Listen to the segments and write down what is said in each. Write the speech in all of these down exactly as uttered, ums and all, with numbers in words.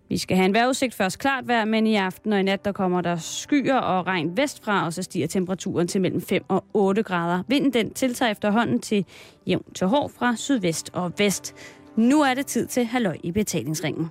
Vi skal have en vejrudsigt, først klart vejr, men i aften og i nat, der kommer der skyer og regn vestfra, og så stiger temperaturen til mellem fem og otte grader. Vinden den tiltager efterhånden til jævn til hård fra sydvest og vest. Nu er det tid til halløj i betalingsringen.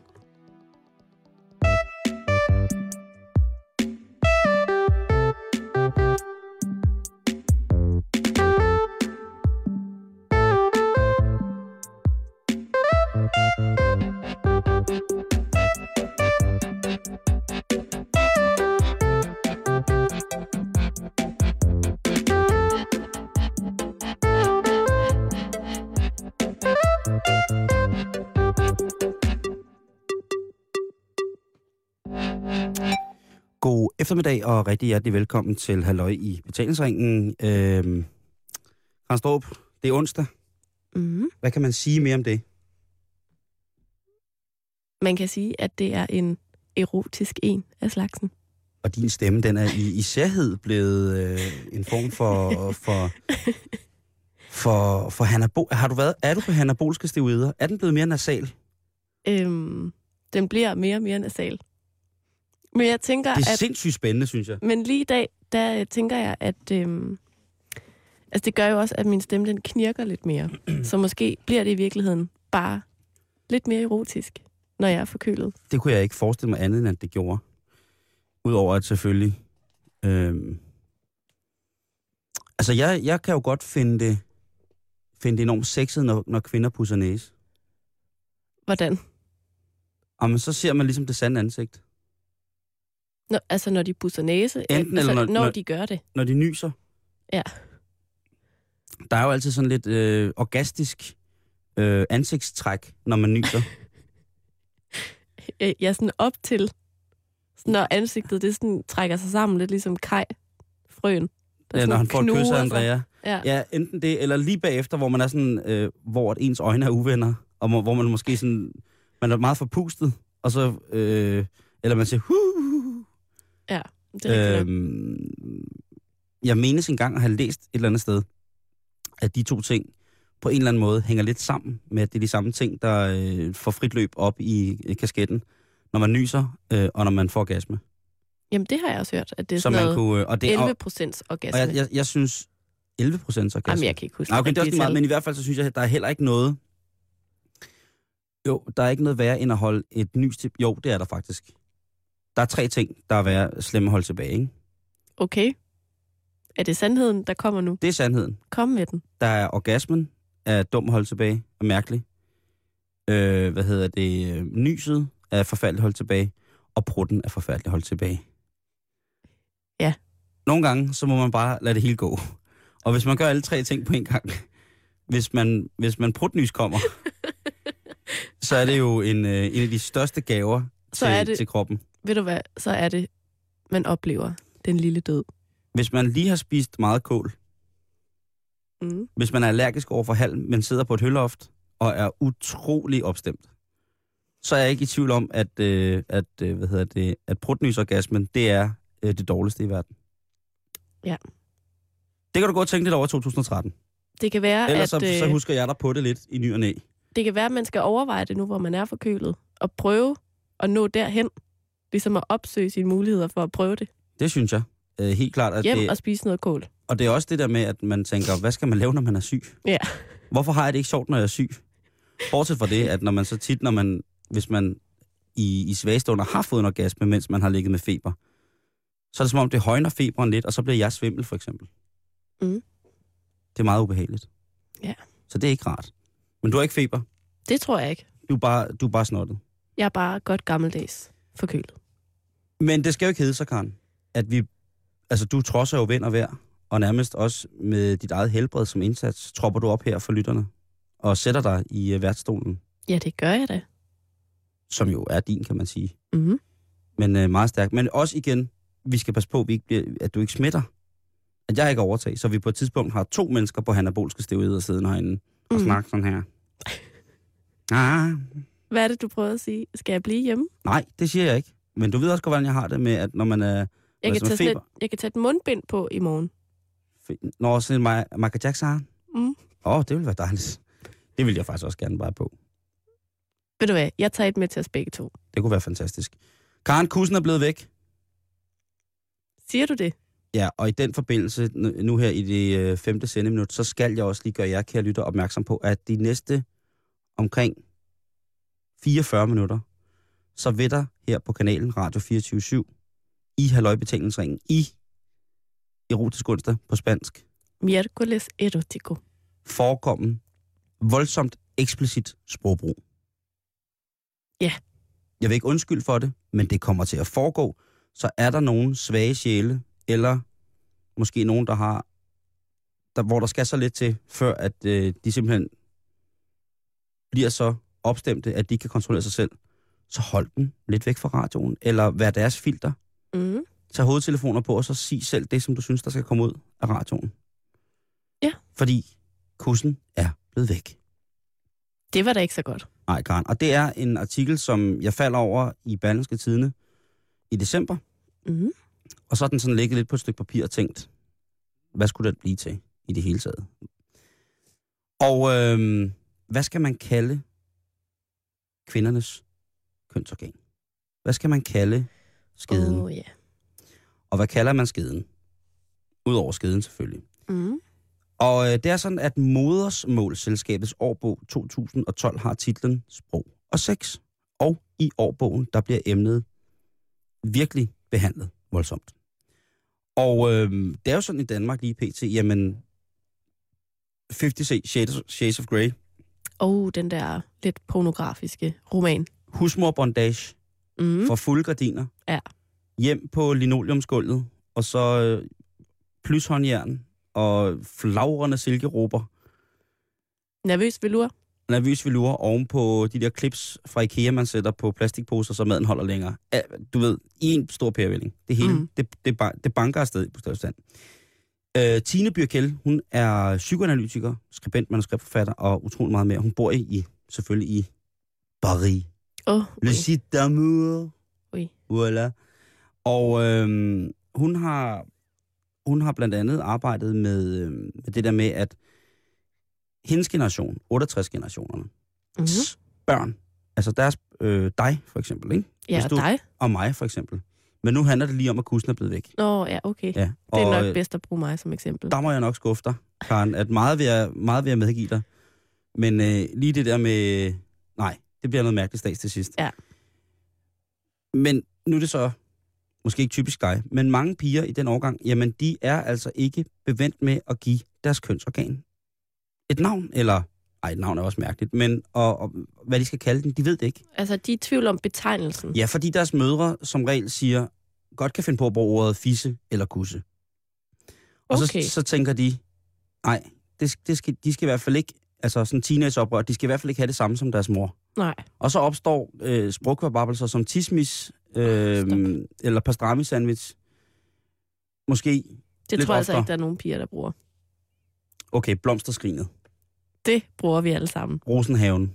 God eftermiddag og rigtig hjertelig velkommen til halløj i betalingsringen. Øhm, Hans Dråb, det er onsdag. Mm-hmm. Hvad kan man sige mere om det? Man kan sige, at det er en erotisk en af slagsen. Og din stemme, den er i, i særhed blevet øh, en form for... for for, for Hanna-Bo... Har du været, er du på hanabolske steroider? Er den blevet mere nasal? Øhm, den bliver mere og mere nasal. Men jeg tænker, det er at, sindssygt spændende, synes jeg. Men lige i dag, der tænker jeg, at... Øhm, altså det gør jo også, at min stemme, den knirker lidt mere. Så måske bliver det i virkeligheden bare lidt mere erotisk, når jeg er forkølet. Det kunne jeg ikke forestille mig andet, end at det gjorde. Udover at selvfølgelig... Øhm, altså, jeg, jeg kan jo godt finde det, finde det enormt sexet, når, når kvinder pusser næse. Hvordan? Jamen, så ser man ligesom det sande ansigt. Nå, altså, når de pusser næse? Enten altså, eller når, når når de gør det? Når de nyser. Ja. Der er jo altid sådan lidt øh, orgastisk øh, ansigtstræk, når man nyser. Jeg er sådan op til, når ansigtet det sådan trækker sig sammen, lidt ligesom Kai, frøen. Ja, når han får et kys af Andrea. Ja. ja, enten det, eller lige bagefter, hvor man er sådan, øh, hvor ens øjne er uvenner, og må, hvor man måske sådan, man er meget forpustet, og så, øh, eller man siger, huh. Ja, det er rigtigt. øhm, Jeg menes engang at have læst et eller andet sted, at de to ting på en eller anden måde hænger lidt sammen med, at det er de samme ting, der øh, får frit løb op i øh, kasketten, når man nyser, øh, og når man får orgasme. Jamen, det har jeg også hørt, at det er Så sådan man noget kunne, og det, elleve procent orgasme. Og jeg, jeg, jeg synes, elleve procent orgasme. Jamen, jeg kan ikke huske Nej, okay, det er også rigtige meget, tal. men i hvert fald så synes jeg, at der er heller ikke noget... Jo, der er ikke noget værre end at holde et nys til... Jo, det er der faktisk. Der er tre ting, der er værre slemme at holde tilbage, ikke? Okay. Er det sandheden, der kommer nu? Det er sandheden. Kom med den. Der er orgasmen, er dum at holde tilbage, er mærkelig. Øh, hvad hedder det? Nyset er forfærdeligt at holde tilbage, og prutten er forfærdeligt at holde tilbage. Ja. Nogle gange, så må man bare lade det hele gå. Og hvis man gør alle tre ting på en gang, hvis man, hvis man prutnys kommer, så er det jo en, øh, en af de største gaver Så til, er det- til kroppen. Ved du hvad? Så er det, man oplever den lille død. Hvis man lige har spist meget kål, Mm. hvis man er allergisk over for halm, men sidder på et hølloft og er utrolig opstemt, så er jeg ikke i tvivl om, at, øh, at, øh, hvad hedder det, at prutnysorgasmen, det er øh, det dårligste i verden. Ja. Det kan du godt tænke lidt over i to tusind og tretten. Det kan være, Ellers at, så, så husker jeg dig på det lidt i ny og næ. det kan være, at man skal overveje det nu, hvor man er forkølet, og prøve at nå derhen, ligesom at opsøge sine muligheder for at prøve det. Det synes jeg. Øh, helt klart. At Hjem det, og spise noget kål. og det er også det der med, at man tænker, hvad skal man lave, når man er syg? Ja. Hvorfor har jeg det ikke sjovt, når jeg er syg? Bortset fra det, at når man så tit, når man, hvis man i, i svagstunder har fået en orgasme, mens man har ligget med feber, så er det som om, det højner feberen lidt, og så bliver jeg svimmel, for eksempel. Mm. Det er meget ubehageligt. Ja. Så det er ikke rart. Men du har ikke feber. Det tror jeg ikke. Du er bare, du er bare snottet. Jeg er bare godt gammeldags forkølet. Men det skal jo ikke hedde sig, Karen, at vi... Altså, du trodser jo vind og vejr, og nærmest også med dit eget helbred som indsats, tropper du op her for lytterne, og sætter dig i uh, værtsstolen, Ja, det gør jeg da. som jo er din, kan man sige. Mm-hmm. Men uh, meget stærkt. Men også igen, vi skal passe på, at, vi ikke bliver, at du ikke smitter. At jeg ikke overtager, så vi på et tidspunkt har to mennesker på hanabolske steroider siden herinde og Mm. snakker sådan her. Ah, Hvad er det, du prøver at sige? Skal jeg blive hjemme? nej, det siger jeg ikke. Men du ved også godt, hvordan jeg har det med, at når man er... Jeg kan, Altså, tage sådan feber. et, jeg kan tage et mundbind på i morgen. Når sådan en Ma- Michael Jackson. Mm. Åh, oh, det ville være dejligt. Det vil jeg faktisk også gerne bare på. Ved du hvad, jeg tager et med til os begge to. Det kunne være fantastisk. Karen, kussen er blevet væk. Siger du det? Ja, og i den forbindelse, nu her i det øh, femte sendeminut, så skal jeg også lige gøre jer, kære lytter, opmærksom på, at de næste omkring fireogfyrre minutter, så vil der her på kanalen Radio fireogtyve syv i Halløjbetalingsringen i Erotisk onsdag på spansk Miércoles erotico. forekomme voldsomt eksplicit sprogbrug. Ja. Jeg vil ikke undskylde for det, men det kommer til at foregå. Så er der nogen svage sjæle, eller måske nogen, der har, der, hvor der skal så lidt til, før at øh, de simpelthen bliver så opstemte, at de kan kontrollere sig selv, så hold den lidt væk fra radioen, eller vær deres filter. Mm. Tag hovedtelefoner på, og så sig selv det, som du synes, der skal komme ud af radioen. Ja. Fordi kussen er blevet væk. Det var da ikke så godt. Nej, Karen. Og det er en artikel, som jeg falder over i Berlingske Tidende i december. Mm. Og så er den sådan ligget lidt på et stykke papir og tænkt, hvad skulle det blive til i det hele taget? Og øhm, hvad skal man kalde kvindernes kønsorgan? Hvad skal man kalde skeden? Oh, yeah. Og hvad kalder man skeden? Udover skeden selvfølgelig. Mm. Og øh, det er sådan, at Modersmålsselskabets årbog to tusind og tolv har titlen Sprog og Sex. Og i årbogen, der bliver emnet virkelig behandlet voldsomt. Og øh, det er jo sådan i Danmark lige pt. Jamen, halvtreds Shades of Grey. Oh, den der lidt pornografiske roman. Husmorbondage Mm. for fulde gardiner. Ja. Hjem på linoleumsgulvet. Og så øh, plyshåndjern og flagrende silkerober. Nervøs velur. Nervøs velure oven på de der clips fra IKEA, man sætter på plastikposer, så maden holder længere. Ja, du ved, i en stor pærevælling. Det hele, mm. det, det, det banker afsted på største stand. Øh, Tine Byrkjell, hun er psykoanalytiker, skribent, manuskriptforfatter og utrolig meget mere. Hun bor i, i selvfølgelig i Paris. Oh, Le site d'amour. Oui. Voilà. Og øhm, hun har hun har blandt andet arbejdet med, øhm, med det der med, at hendes generation, otteogtres-generationerne, mm-hmm. børn, altså deres, øh, dig for eksempel, ikke? Ja, du, og dig. Og mig for eksempel. Men nu handler det lige om, at kussen er blevet væk. Nå, ja, okay. Ja, det er og, nok bedst at bruge mig som eksempel. Der må jeg nok skuffe dig, Karen, at meget vil jeg, meget vil jeg medgive dig. Men øh, lige det der med, nej, det bliver noget mærkeligt stads til sidst. Ja. Men nu er det så måske ikke typisk dig, men mange piger i den årgang, jamen de er altså ikke bevendt med at give deres kønsorgan et navn, eller, ej, et navn er også mærkeligt, men og, og, hvad de skal kalde den, de ved det ikke. Altså, de er i tvivl om betegnelsen. Ja, fordi deres mødre som regel siger, godt kan finde på at bruge ordet fisse eller kusse. Og Okay. så, så tænker de, nej, det, det skal, de skal i hvert fald ikke, altså sådan teenageoprør, de skal i hvert fald ikke have det samme som deres mor. Nej. Og så opstår øh, sprogkvababelser som tismis, øh, Stop. eller pastrami-sandwich. Måske Det lidt tror jeg altså oftere. ikke, der er nogen piger, der bruger. Okay, blomsterskrinet. Det bruger vi alle sammen. Rosenhaven.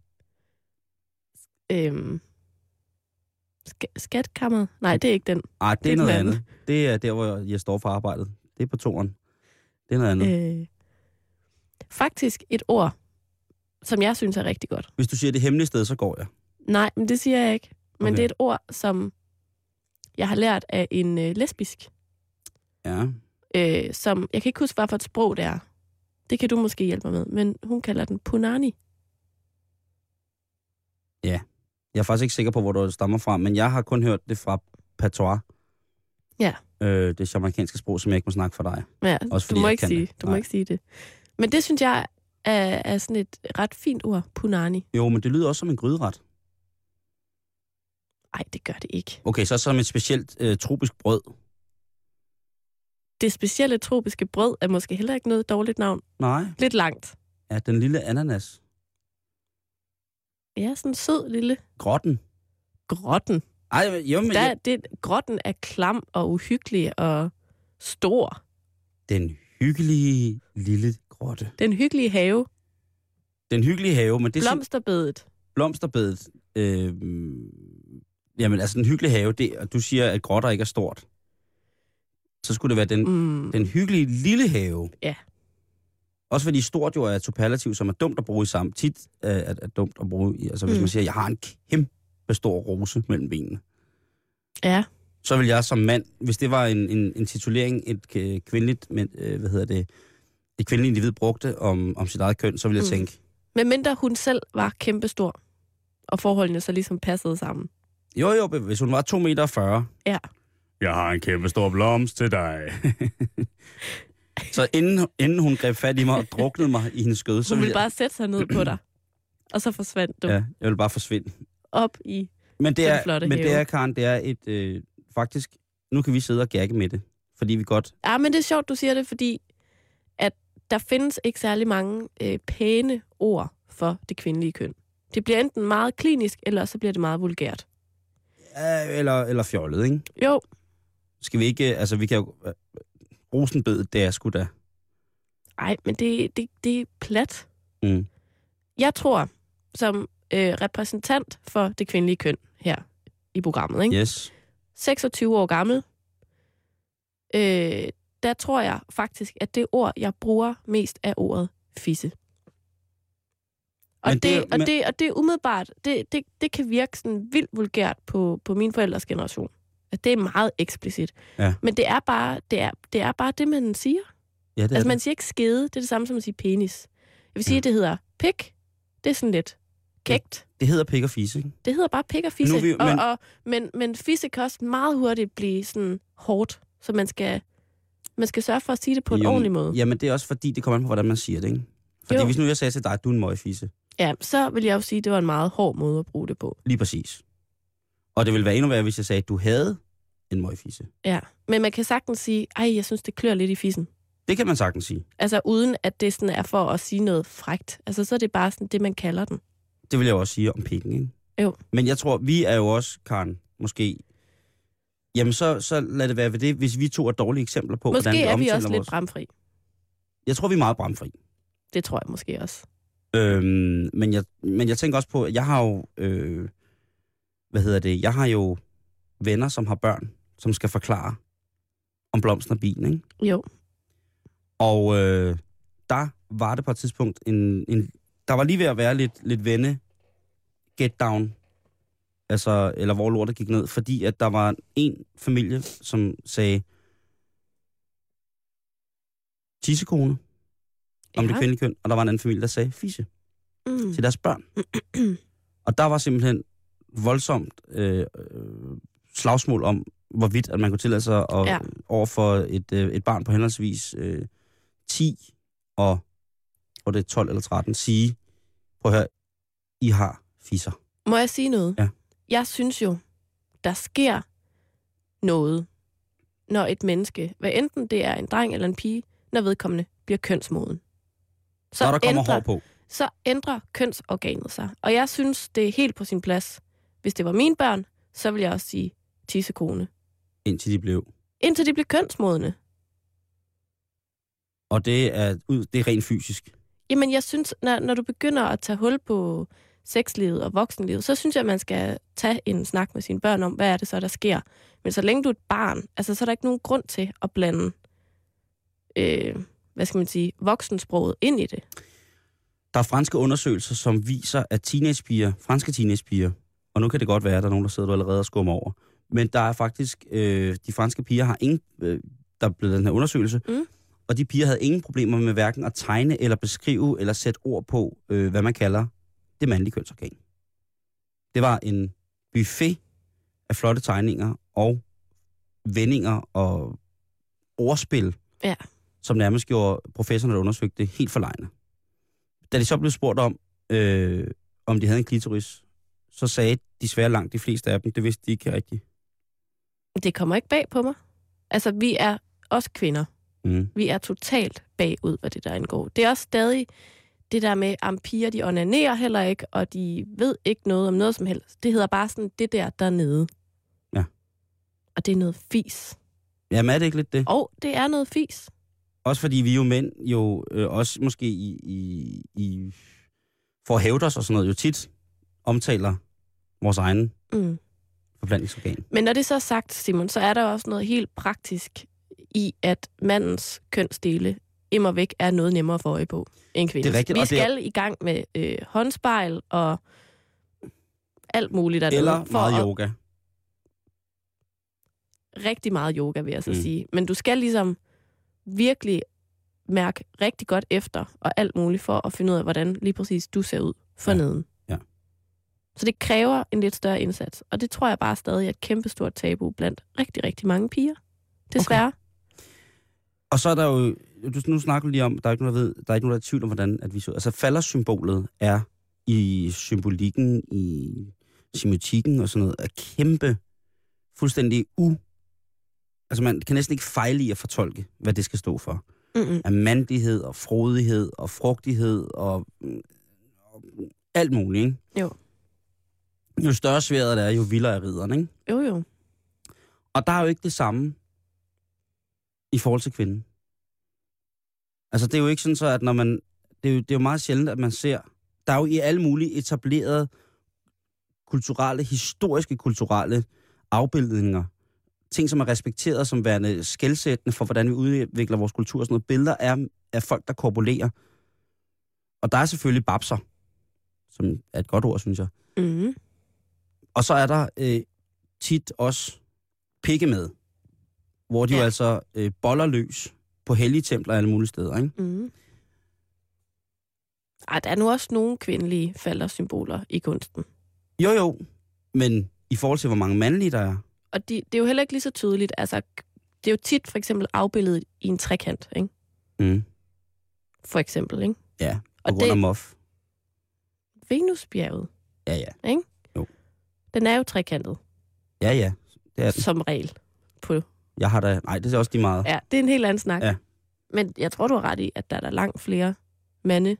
Øhm. Sk- skatkammeret? Nej, det er ikke den. Ej, det, Det er er noget den andet. anden. Det er der, hvor jeg står for arbejdet. Det er på toren. Det er noget andet. Øh. Faktisk et ord, som jeg synes er rigtig godt. Hvis du siger det hemmelige sted, så går jeg. Nej, men det siger jeg ikke. Men Okay. det er et ord, som jeg har lært af en øh, lesbisk, Ja. øh, som, jeg kan ikke huske, hvad for et sprog det er. Det kan du måske hjælpe mig med, men hun kalder den punani. Jeg er faktisk ikke sikker på, hvor det stammer fra, men jeg har kun hørt det fra patois. Ja. Øh, det jamaikanske sprog, som jeg ikke må snakke for dig. Ja, Også fordi du må jeg ikke kan sige, det. du må Nej. ikke sige det. Men det synes jeg er, er sådan et ret fint ord, punani. Jo, men det lyder også som en gryderet. Nej, det gør det ikke. Okay, så som et specielt øh, tropisk brød. Det specielle tropiske brød er måske heller ikke noget dårligt navn. Nej. Lidt langt. Ja, den lille ananas. Ja, sådan en sød lille Grotten. grotten. Ej, jo, men Der, jeg, det, grotten er klam og uhyggelig og stor. den hyggelige lille grotte. Den hyggelige have. Den hyggelige have, men det er sådan- Blomsterbedet. blomsterbedet. Øh, jamen, altså den hyggelige have, det, og du siger, at grotter ikke er stort. Så skulle det være den, Mm. den hyggelige lille have. Ja. også fordi stort jo er et superlativ, som er dumt at bruge i sammen. Tit er, er, er dumt at bruge i. Altså hvis Mm. man siger, jeg har en kæmpe stor rose mellem benene. Ja. Så vil jeg som mand, hvis det var en, en, en titulering, et k- kvindeligt, men, øh, hvad hedder det, et kvindeligt individ brugte om, om sit eget køn, så ville jeg Mm. tænke, Men mindre hun selv var kæmpestor, og forholdene så ligesom passede sammen. jo jo, hvis hun var to meter fyrre. Ja. Jeg har en kæmpe stor blomst til dig. Så inden, inden hun greb fat i mig og druknede mig i hendes skød, så Hun ville ville jeg, bare sætte sig ned på dig, og så forsvandt du ja, jeg ville bare forsvinde. op i... Men det Den er, flotte men det have. er, Karen, det er et, øh, faktisk, nu kan vi sidde og gærke med det, fordi vi godt, Ja, men det er sjovt, du siger det, fordi at der findes ikke særlig mange øh, pæne ord for det kvindelige køn. Det bliver enten meget klinisk, eller så bliver det meget vulgært. ja, eller, eller fjollet, ikke? Jo, Skal vi ikke, altså vi kan jo, øh, rosenbedet, det er sgu da. ej, men det, det, det er plat. Mm. Jeg tror, som øh, repræsentant for det kvindelige køn her i programmet, ikke? Yes. seksogtyve år gammel, øh, der tror jeg faktisk, at det ord, jeg bruger mest, er ordet fisse. Og, Men det, det- og, men- det, og det er umiddelbart, det, det, det kan virke sådan vildt vulgært på, på min forældres generation. At det er meget eksplicit. Ja. Men det er, bare, det, er, det er bare det, man siger. Ja, det er Altså, det. man siger ikke skede, det er det samme som at sige penis. Jeg vil sige, Ja. at det hedder pik. Det er sådan lidt kægt. Det hedder pik og fisse, ikke? Det hedder bare pik og fisse. Nu er vi- og, men- og, men, men fisse kan også meget hurtigt blive sådan hårdt, så man skal, man skal sørge for at sige det på en Jo, ordentlig måde. Jamen, det er også fordi, det kommer an på, hvordan man siger det, ikke? Fordi Jo. hvis nu jeg sagde til dig, at du er en møgfisse, Ja, så vil jeg jo sige, at det var en meget hård måde at bruge det på. lige præcis. Og det ville være endnu værre, hvis jeg sagde, at du havde en møgfisse. Ja, men man kan sagtens sige, ej, jeg synes, det klør lidt i fissen. Det kan man sagtens sige. Altså uden at det sådan er for at sige noget frækt. Altså så er det bare sådan det, man kalder den. Det vil jeg jo også sige om pikken, ikke? Jo. Men jeg tror, vi er jo også, Karen, måske... Jamen, så, så lad det være ved det, hvis vi to er dårlige eksempler på, hvordan Måske vi er vi omtaler også lidt vores... bramfri. Jeg tror, vi er meget bramfri. Det tror jeg måske også. Øhm, men, jeg, men jeg tænker også på, at jeg har jo... Øh, hvad hedder det? Jeg har jo venner, som har børn, som skal forklare om blomsten og bilen, ikke? Jo. Og øh, der var det på et tidspunkt en, en... Der var lige ved at være lidt, lidt vende get down, altså, eller hvor lortet gik ned, fordi at der var en familie, som sagde tissekone om Ja. det kvindelige køn, og der var en anden familie, der sagde fisse Mm. til deres børn. Og der var simpelthen voldsomt øh, øh, slagsmål om, hvorvidt at man kunne tillade sig at, Ja. ja. over for et, øh, et barn på henholdsvis øh, ti og, og det er tolv eller tretten, sige, prøv at høre, I har fisser. Må jeg sige noget? Ja. Jeg synes jo, der sker noget, når et menneske, hvad enten det er en dreng eller en pige, når vedkommende bliver kønsmoden. Så når der kommer ændrer, hår på. så ændrer kønsorganet sig. Og jeg synes, det er helt på sin plads. Hvis det var mine børn, så vil jeg også sige tissekone. Indtil de blev. Indtil de bliver kønsmodne. Og det er, ud, det er rent fysisk. Jamen, jeg synes, når, når du begynder at tage hul på sexlivet og voksenlivet, så synes jeg, at man skal tage en snak med sine børn om, hvad er det så, der sker. Men så længe du er et barn, altså, så er der ikke nogen grund til at blande, øh, hvad skal man sige, voksensproget ind i det. Der er franske undersøgelser, som viser, at teenagepiger, franske teenagepiger, og nu kan det godt være, at der er nogen, der sidder du allerede og skummer over, men der er faktisk, øh, de franske piger har ingen, øh, der er blevet den her undersøgelse, Mm. og de piger havde ingen problemer med hverken at tegne eller beskrive eller sætte ord på, øh, hvad man kalder det mandlige kønsorgan. Det var en buffet af flotte tegninger og vendinger og ordspil, Ja. som nærmest gjorde professorerne, der undersøgte det, helt forlegne. Da de så blev spurgt om, øh, om de havde en klitoris, så sagde desværre langt de fleste af dem, det vidste de ikke rigtigt. Det kommer ikke bag på mig. Altså, vi er også kvinder. Mm. Vi er totalt bagud, hvad det der indgår. Det er også stadig det der med, at piger, de onanerer heller ikke, og de ved ikke noget om noget som helst. Det hedder bare sådan, det der dernede. Ja. Og det er noget fis. Jamen er det ikke lidt det? Og det er noget fis. Også fordi vi jo mænd jo øh, også måske i, i, i for at hævde os og sådan noget, jo tit omtaler vores egen Mm. forplantningsorgan. Men når det så er sagt, Simon, så er der også noget helt praktisk i, at mandens kønsdele immer væk er noget nemmere for øje på end kvinder. Det er rigtigt, Vi og det er- skal i gang med øh, håndspejl og alt muligt andet. Eller for meget at- yoga. Rigtig meget yoga, vil jeg så Mm. mm. sige. Men du skal ligesom virkelig mærke rigtig godt efter og alt muligt for at finde ud af, hvordan lige præcis du ser ud forneden. Ja. Ja. Så det kræver en lidt større indsats. Og det tror jeg bare stadig er et kæmpestort tabu blandt rigtig, rigtig mange piger. Desværre. Okay. Og så er der jo, du, nu snakker du lige om, der er ikke nogen, der ved, der er ikke nogen, der er i tvivl om, hvordan at vi så. Altså faldersymbolet er i symbolikken, i semiotikken og sådan noget, er kæmpe, fuldstændig u... Altså man kan næsten ikke fejle i at fortolke, hvad det skal stå for. Mm-mm. Af mandighed og frodighed og frugtighed og, og alt muligt, ikke? Jo. Jo større sværdet det er, jo vildere er ridderen, ikke? Jo, jo. Og der er jo ikke det samme i forhold til kvinden. Altså, det er jo ikke sådan så, at når man... Det er jo, det er jo meget sjældent, at man ser... Der er jo i alle mulige etablerede kulturelle, historiske kulturelle afbildninger, ting, som er respekteret som værende skelsættende for, hvordan vi udvikler vores kultur og sådan noget. Billeder er af folk, der korpulerer. Og der er selvfølgelig babser, som er et godt ord, synes jeg. Mm-hmm. Og så er der øh, tit også pikke med, hvor de ja. jo altså øh, boller løs på hellige templer og alle mulige steder, ikke? Mm-hmm. Ej, der er nu også nogle kvindelige faldersymboler i kunsten. Jo, jo, men i forhold til, hvor mange mandlige der er. Og de, det er jo heller ikke lige så tydeligt. Altså, det er jo tit for eksempel afbildet i en trekant, ikke? Mm. For eksempel, ikke? Ja, på og grund af det, mof. Venusbjerget, Ja, ja. ikke? Jo. Den er jo trekantet, Ja, ja, det er den. som regel. På. Jeg har da... Nej, det er også de meget. Ja, det er en helt anden snak. Ja. Men jeg tror, du har ret i, at der er der langt flere mande,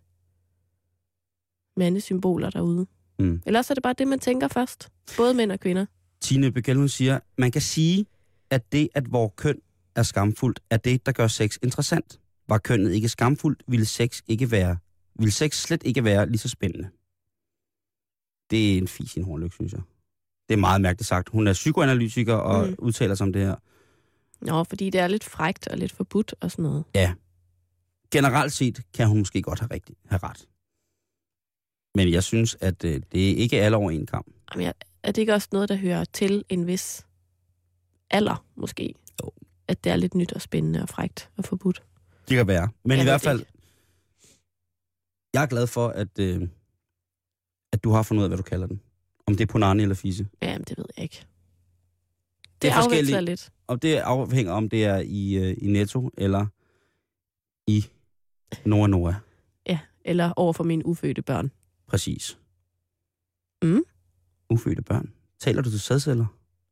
mandesymboler derude. Mm. Ellers er det bare det, man tænker først. Både mænd og kvinder. Tine Bøgel, hun siger, man kan sige, at det, at vores køn er skamfuldt, er det, der gør sex interessant. Var kønnet ikke skamfuldt, ville sex ikke være, ville sex slet ikke være lige så spændende. Det er en fis i en hornlykke, synes jeg. Det er meget mærkeligt sagt. Hun er psykoanalytiker og mm. udtaler sig om det her. Nå, fordi det er lidt frækt og lidt forbudt og sådan noget. Ja. Generelt set kan hun måske godt have, rigtig, have ret. Men jeg synes, at øh, det er ikke alle over en kamp. Jamen, jeg, er det ikke også noget, der hører til en vis alder, måske? Jo. At det er lidt nyt og spændende og frækt og forbudt. Det kan være. Men jeg i hvert fald, ikke. jeg er glad for, at, øh, at du har fundet ud af, hvad du kalder den. Om det er punani eller fisse. Jamen, det ved jeg ikke. Det, Det er det afveksler forskelligt. lidt. Og det afhænger om det er i, øh, i Netto eller i Nora Nora. Ja, eller over for mine ufødte børn. Præcis. Mm. Ufødte børn. Taler du til sædceller?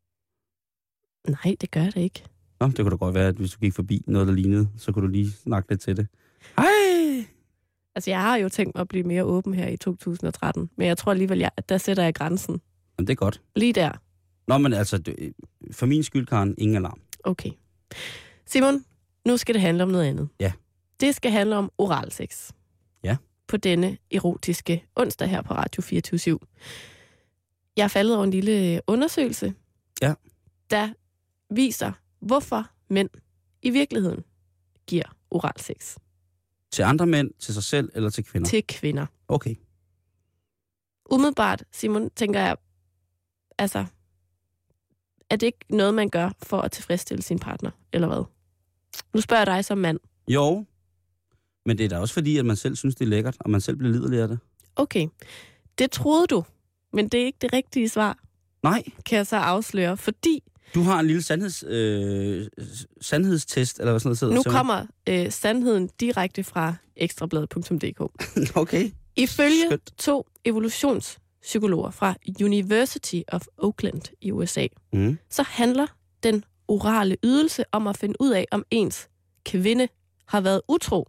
Nej, det gør jeg da ikke. Nå, det kunne da godt være, at hvis du gik forbi noget, der lignede, så kunne du lige snakke lidt til det. Hej! Altså, jeg har jo tænkt mig at blive mere åben her i to tusind og tretten, men jeg tror alligevel, jeg, at der sætter jeg grænsen. Jamen, det er godt. Lige der. Nå, men altså, det, for min skyld, Karen, ingen alarm. Okay. Simon, nu skal det handle om noget andet. Ja. Det skal handle om oralsex. Ja. På denne erotiske onsdag her på Radio fireogtyve syv. Jeg er faldet over en lille undersøgelse, Ja. der viser, hvorfor mænd i virkeligheden giver oralsex Til andre mænd, til sig selv eller til kvinder? til kvinder. Okay. Umiddelbart, Simon, tænker jeg, altså, er det ikke noget, man gør for at tilfredsstille sin partner, eller hvad? Nu spørger jeg dig som mand. Jo, men det er da også fordi, at man selv synes, det er lækkert, og man selv bliver liderlig af det. Okay, det troede du, men det er ikke det rigtige svar, Nej, kan jeg så afsløre, fordi du har en lille sandheds, øh, sandhedstest, eller hvad sådan noget sidder nu til. kommer øh, sandheden direkte fra ekstrabladet punktum d k. Okay. Ifølge Skønt. to evolutionspsykologer fra University of Oakland i U S A, Mm. så handler den orale ydelse om at finde ud af, om ens kvinde har været utro.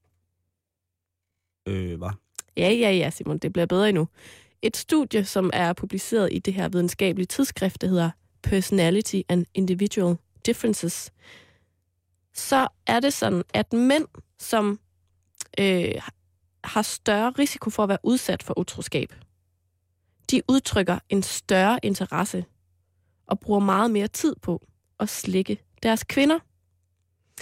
Øh, hvad? Ja, ja, ja, Simon, det bliver bedre endnu. Et studie, som er publiceret i det her videnskabelige tidsskrift, der hedder Personality and Individual Differences, så er det sådan, at mænd, som øh, har større risiko for at være udsat for utroskab, de udtrykker en større interesse og bruger meget mere tid på at slikke deres kvinder.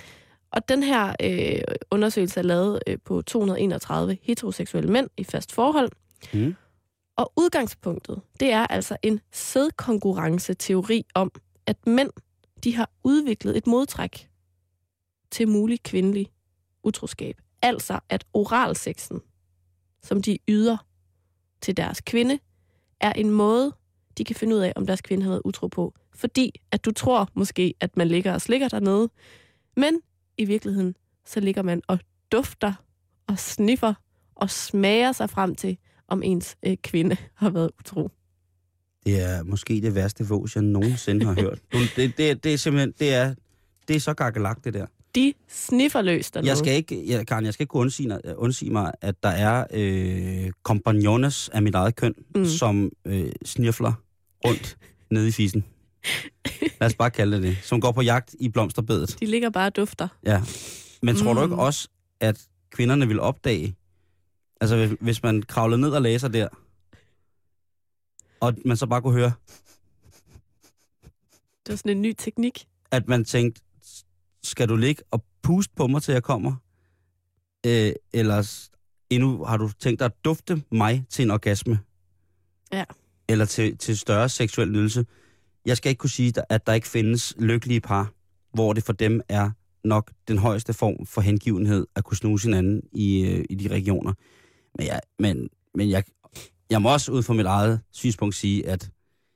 Og den her øh, undersøgelse er lavet øh, på to hundrede og enogtredive heteroseksuelle mænd i fast forhold. Mm. Og udgangspunktet, det er altså en sædkonkurrenceteori om, at mænd, de har udviklet et modtræk til mulig kvindelig utroskab. Altså, at oralsexen, som de yder til deres kvinde, er en måde, de kan finde ud af, om deres kvinde har været utro på. Fordi at du tror måske, at man ligger og slikker dernede, men i virkeligheden, så ligger man og dufter og sniffer og smager sig frem til, om ens øh, kvinde har været utro. Det er måske det værste vås, jeg nogensinde har hørt. Det, det, det er simpelthen, det er, det er så gakkelagt, det der. De sniffer løs dernede. Jeg skal ikke, jeg, Karen, jeg skal ikke kunne undsige, undsige mig, at der er øh, kompagnones af mit eget køn, mm. som øh, snifler rundt nede i fisen. Lad os bare kalde det det. Som går på jagt i blomsterbedet. De ligger bare og dufter. Ja. Men tror mm. du ikke også, at kvinderne vil opdage, altså hvis man kravlede ned og lagde sig der, og man så bare kunne høre... Det var sådan en ny teknik. At man tænkte, skal du ligge og puste på mig, til jeg kommer? Øh, eller endnu har du tænkt dig at dufte mig til en orgasme? Ja. Eller til, til større seksuel nydelse? Jeg skal ikke kunne sige, at der ikke findes lykkelige par, hvor det for dem er nok den højeste form for hengivenhed at kunne snuse hinanden i, øh, i de regioner. Men, jeg, men, men jeg, jeg må også ud fra mit eget synspunkt sige, at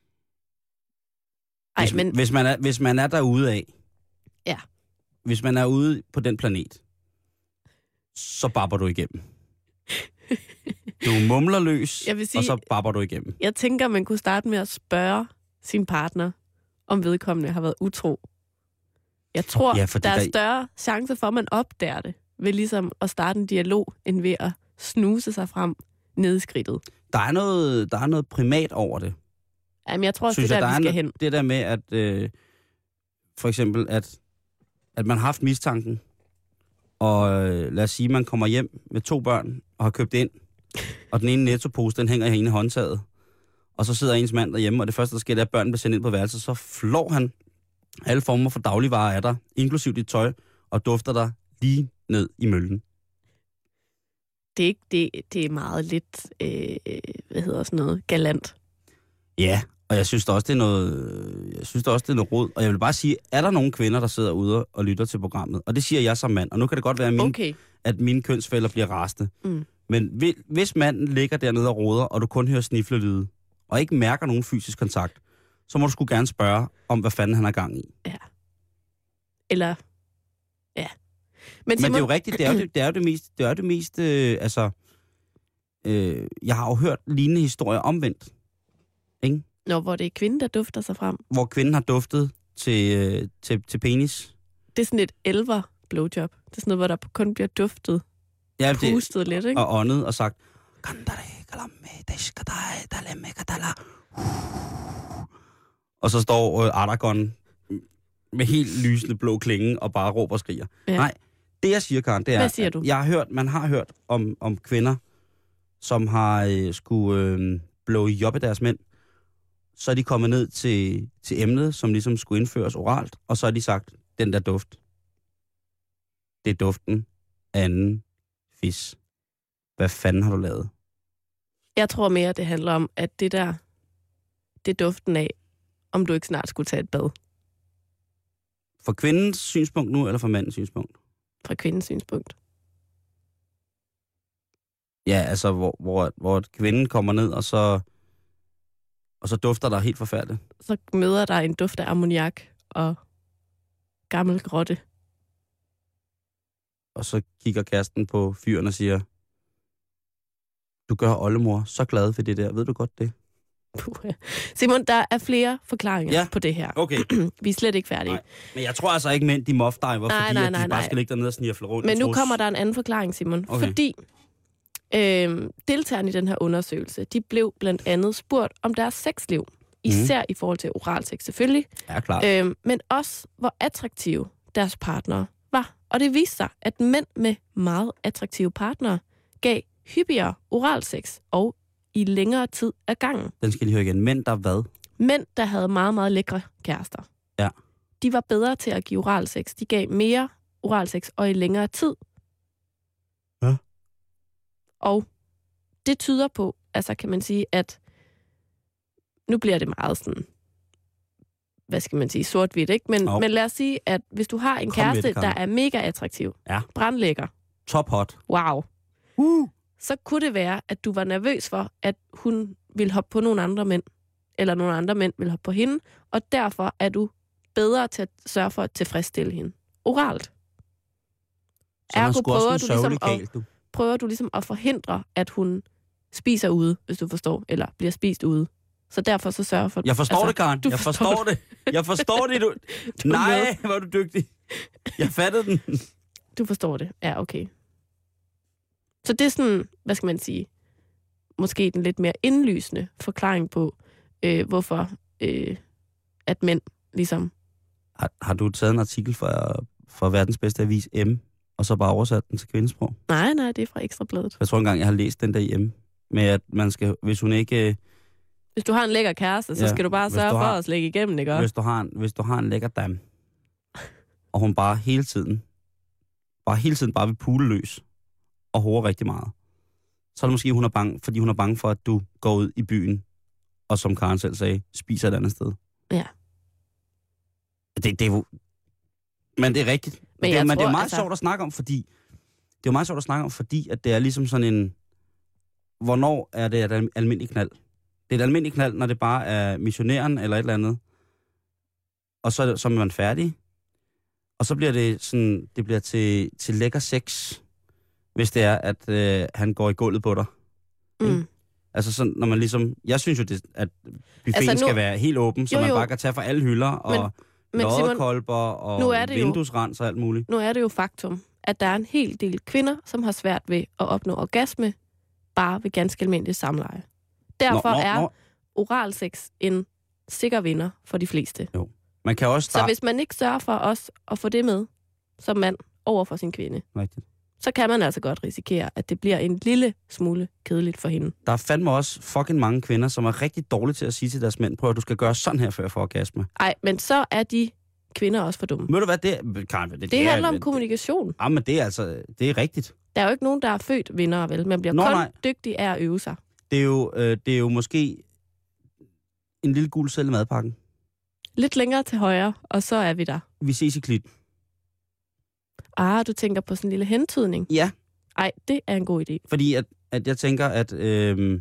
Ej, hvis, men... hvis, man er, hvis man er derude af, ja. Hvis man er ude på den planet, så babber du igennem. Du mumler løs, jeg vil sige, og så babber du igennem. Jeg tænker, man kunne starte med at spørge sin partner, om vedkommende har været utro. Jeg tror, ja, der, der er større chance for, at man opdager det, ved ligesom at starte en dialog, end ved at snuse sig frem ned i skridtet. Der er noget, der er noget primat over det. Jamen, jeg tror også, Synes det er der, der vi skal er hen. Det der med, at øh, for eksempel, at, at man har haft mistanken, og øh, lad os sige, man kommer hjem med to børn og har købt ind, og den ene nettopose, den hænger i ene håndtaget, og så sidder ens mand derhjemme, og det første, der sker, det er, at børnene bliver sendt ind på værelset, så flår han alle former for dagligvarer af dig, inklusiv dit tøj, og dufter dig lige ned i møllen. Det er, ikke, det, det er meget lidt, øh, hvad hedder sådan noget, galant. Ja, og jeg synes da også, det er noget, jeg synes da også, det er noget rod. Og jeg vil bare sige, er der nogle kvinder, der sidder ude og lytter til programmet? Og det siger jeg som mand, og nu kan det godt være, at mine, okay. at mine kønsfælder bliver rasende. Mm. Men hvis manden ligger dernede og roder, og du kun hører sniflelyde, og ikke mærker nogen fysisk kontakt, så må du sgu gerne spørge om, hvad fanden han har gang i. Ja. Eller, ja. Men, Men det er jo rigtigt, det er jo det, det, er jo det mest, det er jo det mest, øh, altså, øh, jeg har jo hørt lignende historier omvendt, ikke? Nå, hvor det er kvinden, der dufter sig frem. Hvor kvinden har duftet til, øh, til, til penis. Det er sådan et elver blowjob. Det er sådan noget, hvor der kun bliver duftet, ja, pustet det, lidt, ikke? Og åndet og sagt, og så står øh, Aragorn med helt lysende blå klinge og bare råber og skriger. Ja. Nej, det jeg siger, Karen, det er, hvad siger du? Jeg har hørt, man har hørt om, om kvinder, som har øh, skulle øh, blow jobbe deres mænd. Så er de kommet ned til, til emnet, som ligesom skulle indføres oralt, og så har de sagt, den der duft, det er duften af anden fis. Hvad fanden har du lavet? Jeg tror mere, det handler om, at det der, det er duften af, om du ikke snart skulle tage et bad. For kvindens synspunkt nu, eller for mandens synspunkt? Fra kvindens synspunkt. Ja, altså, hvor, hvor, hvor kvinden kommer ned, og så, og så dufter der helt forfærdeligt. Så møder der en duft af ammoniak og gammel grotte. Og så kigger kæresten på fyren og siger, du gør oldemor så glad for det der. Ved du godt det? Puh. Simon, der er flere forklaringer ja. på det her. Okay. Vi er slet ikke færdige. Nej. Men jeg tror altså ikke, mænd de mofdiver, fordi nej, nej, at de nej. bare skal ligge dernede og snifle rundt. Men nu kommer der en anden forklaring, Simon. Okay. Fordi øh, deltagerne i den her undersøgelse, de blev blandt andet spurgt om deres sexliv. Især mm. i forhold til oralsex selvfølgelig. Ja, klart. Øh, men også, hvor attraktive deres partnere var. Og det viste sig, at mænd med meget attraktive partnere gav hyppigere oralsex og i længere tid ad gangen. Den skal lige høre igen. Mænd, der hvad? Mænd, der havde meget, meget lækre kærester. Ja. De var bedre til at give oralsex. De gav mere oralsex og i længere tid. Ja. Og det tyder på, altså kan man sige, at nu bliver det meget sådan, hvad skal man sige, sort-hvidt, ikke? Men, oh. men lad os sige, at hvis du har en Kom kæreste, det, der er mega attraktiv, ja. brandlækker, top hot, wow, uh. så kunne det være, at du var nervøs for, at hun ville hoppe på nogle andre mænd, eller nogle andre mænd ville hoppe på hende, og derfor er du bedre til at sørge for at tilfredsstille hende. Oralt. Så man Ergo skulle prøver også du, ligesom kæl, du. at, prøver du ligesom at forhindre, at hun spiser ude, hvis du forstår, eller bliver spist ude. Så derfor så sørger for... Jeg forstår altså, det, Karen. Jeg forstår forstår det. Jeg forstår det, du... du Nej, hvor er du dygtig. Jeg fattede den. Du forstår det. Ja, okay. Så det er sådan, hvad skal man sige, måske den lidt mere indlysende forklaring på, øh, hvorfor øh, at mænd ligesom... Har, har du taget en artikel fra, fra verdens bedste avis, M, og så bare oversat den til kvindesprog? Nej, nej, det er fra Ekstrabladet. Jeg tror engang, jeg har læst den der hjemme, med at man skal, hvis hun ikke... Hvis du har en lækker kæreste, så Ja, skal du bare hvis sørge du for har- at slække igennem, ikke? Hvis du har en, hvis du har en lækker dam, og hun bare hele tiden, bare hele tiden bare vil pule løs, og hårde rigtig meget, så er det måske, hun er bange, fordi hun er bange for, at du går ud i byen, og som Karen selv sagde, spiser et andet sted. Ja. Det, det er jo... Men det er rigtigt. Men, det, jeg men det er tror, jo meget altså- sjovt at snakke om, fordi... Det er jo meget sjovt at snakke om, fordi at det er ligesom sådan en... Hvornår er det et almindeligt knald? Det er et almindeligt knald, når det bare er missionæren eller et eller andet. Og så, er det- så er man færdig. Og så bliver det sådan... Det bliver til, til lækker sex, hvis det er, at øh, han går i gulvet på dig. Mm. Altså sådan, når man ligesom... Jeg synes jo, det, at buffeten Altså nu- skal være helt åben, så Jo, man jo. bare kan tage fra alle hylder, og Men Simon, loddekolber, og nu er det jo- vinduesrens og alt muligt. nu er det jo faktum, at der er en hel del kvinder, som har svært ved at opnå orgasme, bare ved ganske almindeligt samleje. Derfor Nå, nå, er nå. oralsex en sikker vinder for de fleste. Man kan også Så starte... hvis man ikke sørger for os at få det med som mand over for sin kvinde, Rigtigt. så kan man altså godt risikere, at det bliver en lille smule kedeligt for hende. Der er fandme også fucking mange kvinder, som er rigtig dårlige til at sige til deres mænd, prøv at du skal gøre sådan her, før jeg får orgasme. Ej, men så er de kvinder også for dumme. Ved du hvad, det er... Karen, det, Det, det handler er, om kommunikation. Ja, men det er altså... Det er rigtigt. Der er jo ikke nogen, der er født vindere, vel? Man bliver Nå, kun nej. dygtig af at øve sig. Det er jo, øh, det er jo måske en lille gul selv i madpakken. Lidt længere til højre, og så er vi der. Vi ses i klit. Ah, du tænker på sådan en lille hentydning. Ja, Ej, det er en god idé. fordi at, at jeg tænker, at, øh,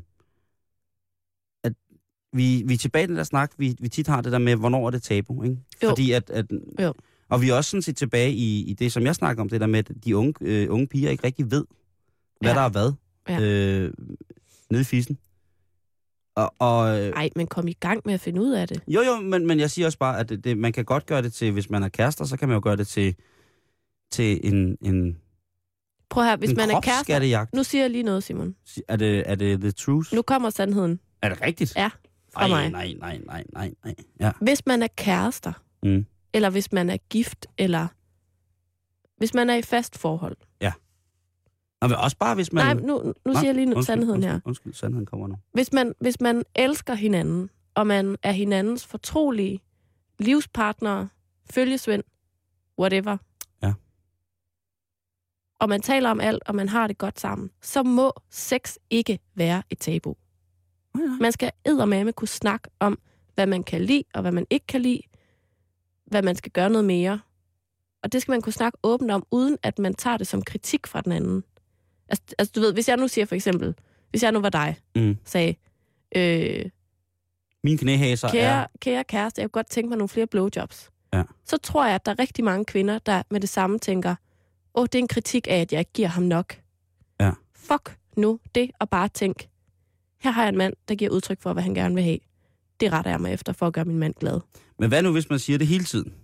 at vi, vi er tilbage i den der snak, vi, vi tit har det der med, hvornår er det tabu, ikke? Jo. Fordi at, at Jo. Og vi er også sådan set tilbage i, i det, som jeg snakker om, det der med, at de unge, øh, unge piger ikke rigtig ved, hvad Ja. der er hvad, Ja. øh, nede i fissen. Og, og, øh, Ej, men kom i gang med at finde ud af det. jo, jo, men, men jeg siger også bare, at det, det, man kan godt gøre det til, hvis man er kærester, så kan man jo gøre det til, til en, en, Prøv her, hvis en man er kærester... kropsskattejagt. Nu siger jeg lige noget, Simon. Er det, er det the truth? Nu kommer sandheden. Er det rigtigt? Ja, fra Ej, mig. nej, nej, nej, nej, nej. Ja. Hvis man er kærester, Mm. eller hvis man er gift, eller hvis man er i fast forhold. Og men også bare, hvis man... Nej, nu, nu siger jeg lige undskyld, sandheden undskyld, her. Undskyld, sandheden kommer nu. Hvis man, hvis man elsker hinanden, og man er hinandens fortrolige livspartnere, følgesvend, whatever, Ja. og man taler om alt, og man har det godt sammen, så må sex ikke være et tabu. Ja, ja. Man skal eddermame kunne snakke om, hvad man kan lide, og hvad man ikke kan lide, hvad man skal gøre noget mere. Og det skal man kunne snakke åbent om, uden at man tager det som kritik fra den anden. Altså, altså du ved, hvis jeg nu siger for eksempel, hvis jeg nu var dig, Mm. sagde, øh, Mine knæhaser kære, er... kære kæreste, jeg kunne godt tænke mig nogle flere blowjobs. Ja. Så tror jeg, at der er rigtig mange kvinder, der med det samme tænker, åh, det er en kritik af, at jeg ikke giver ham nok. Ja. Fuck nu det, og bare tænk, her har jeg en mand, der giver udtryk for, hvad han gerne vil have. Det retter jeg mig efter, for at gøre min mand glad. Men hvad nu, hvis man siger det hele tiden?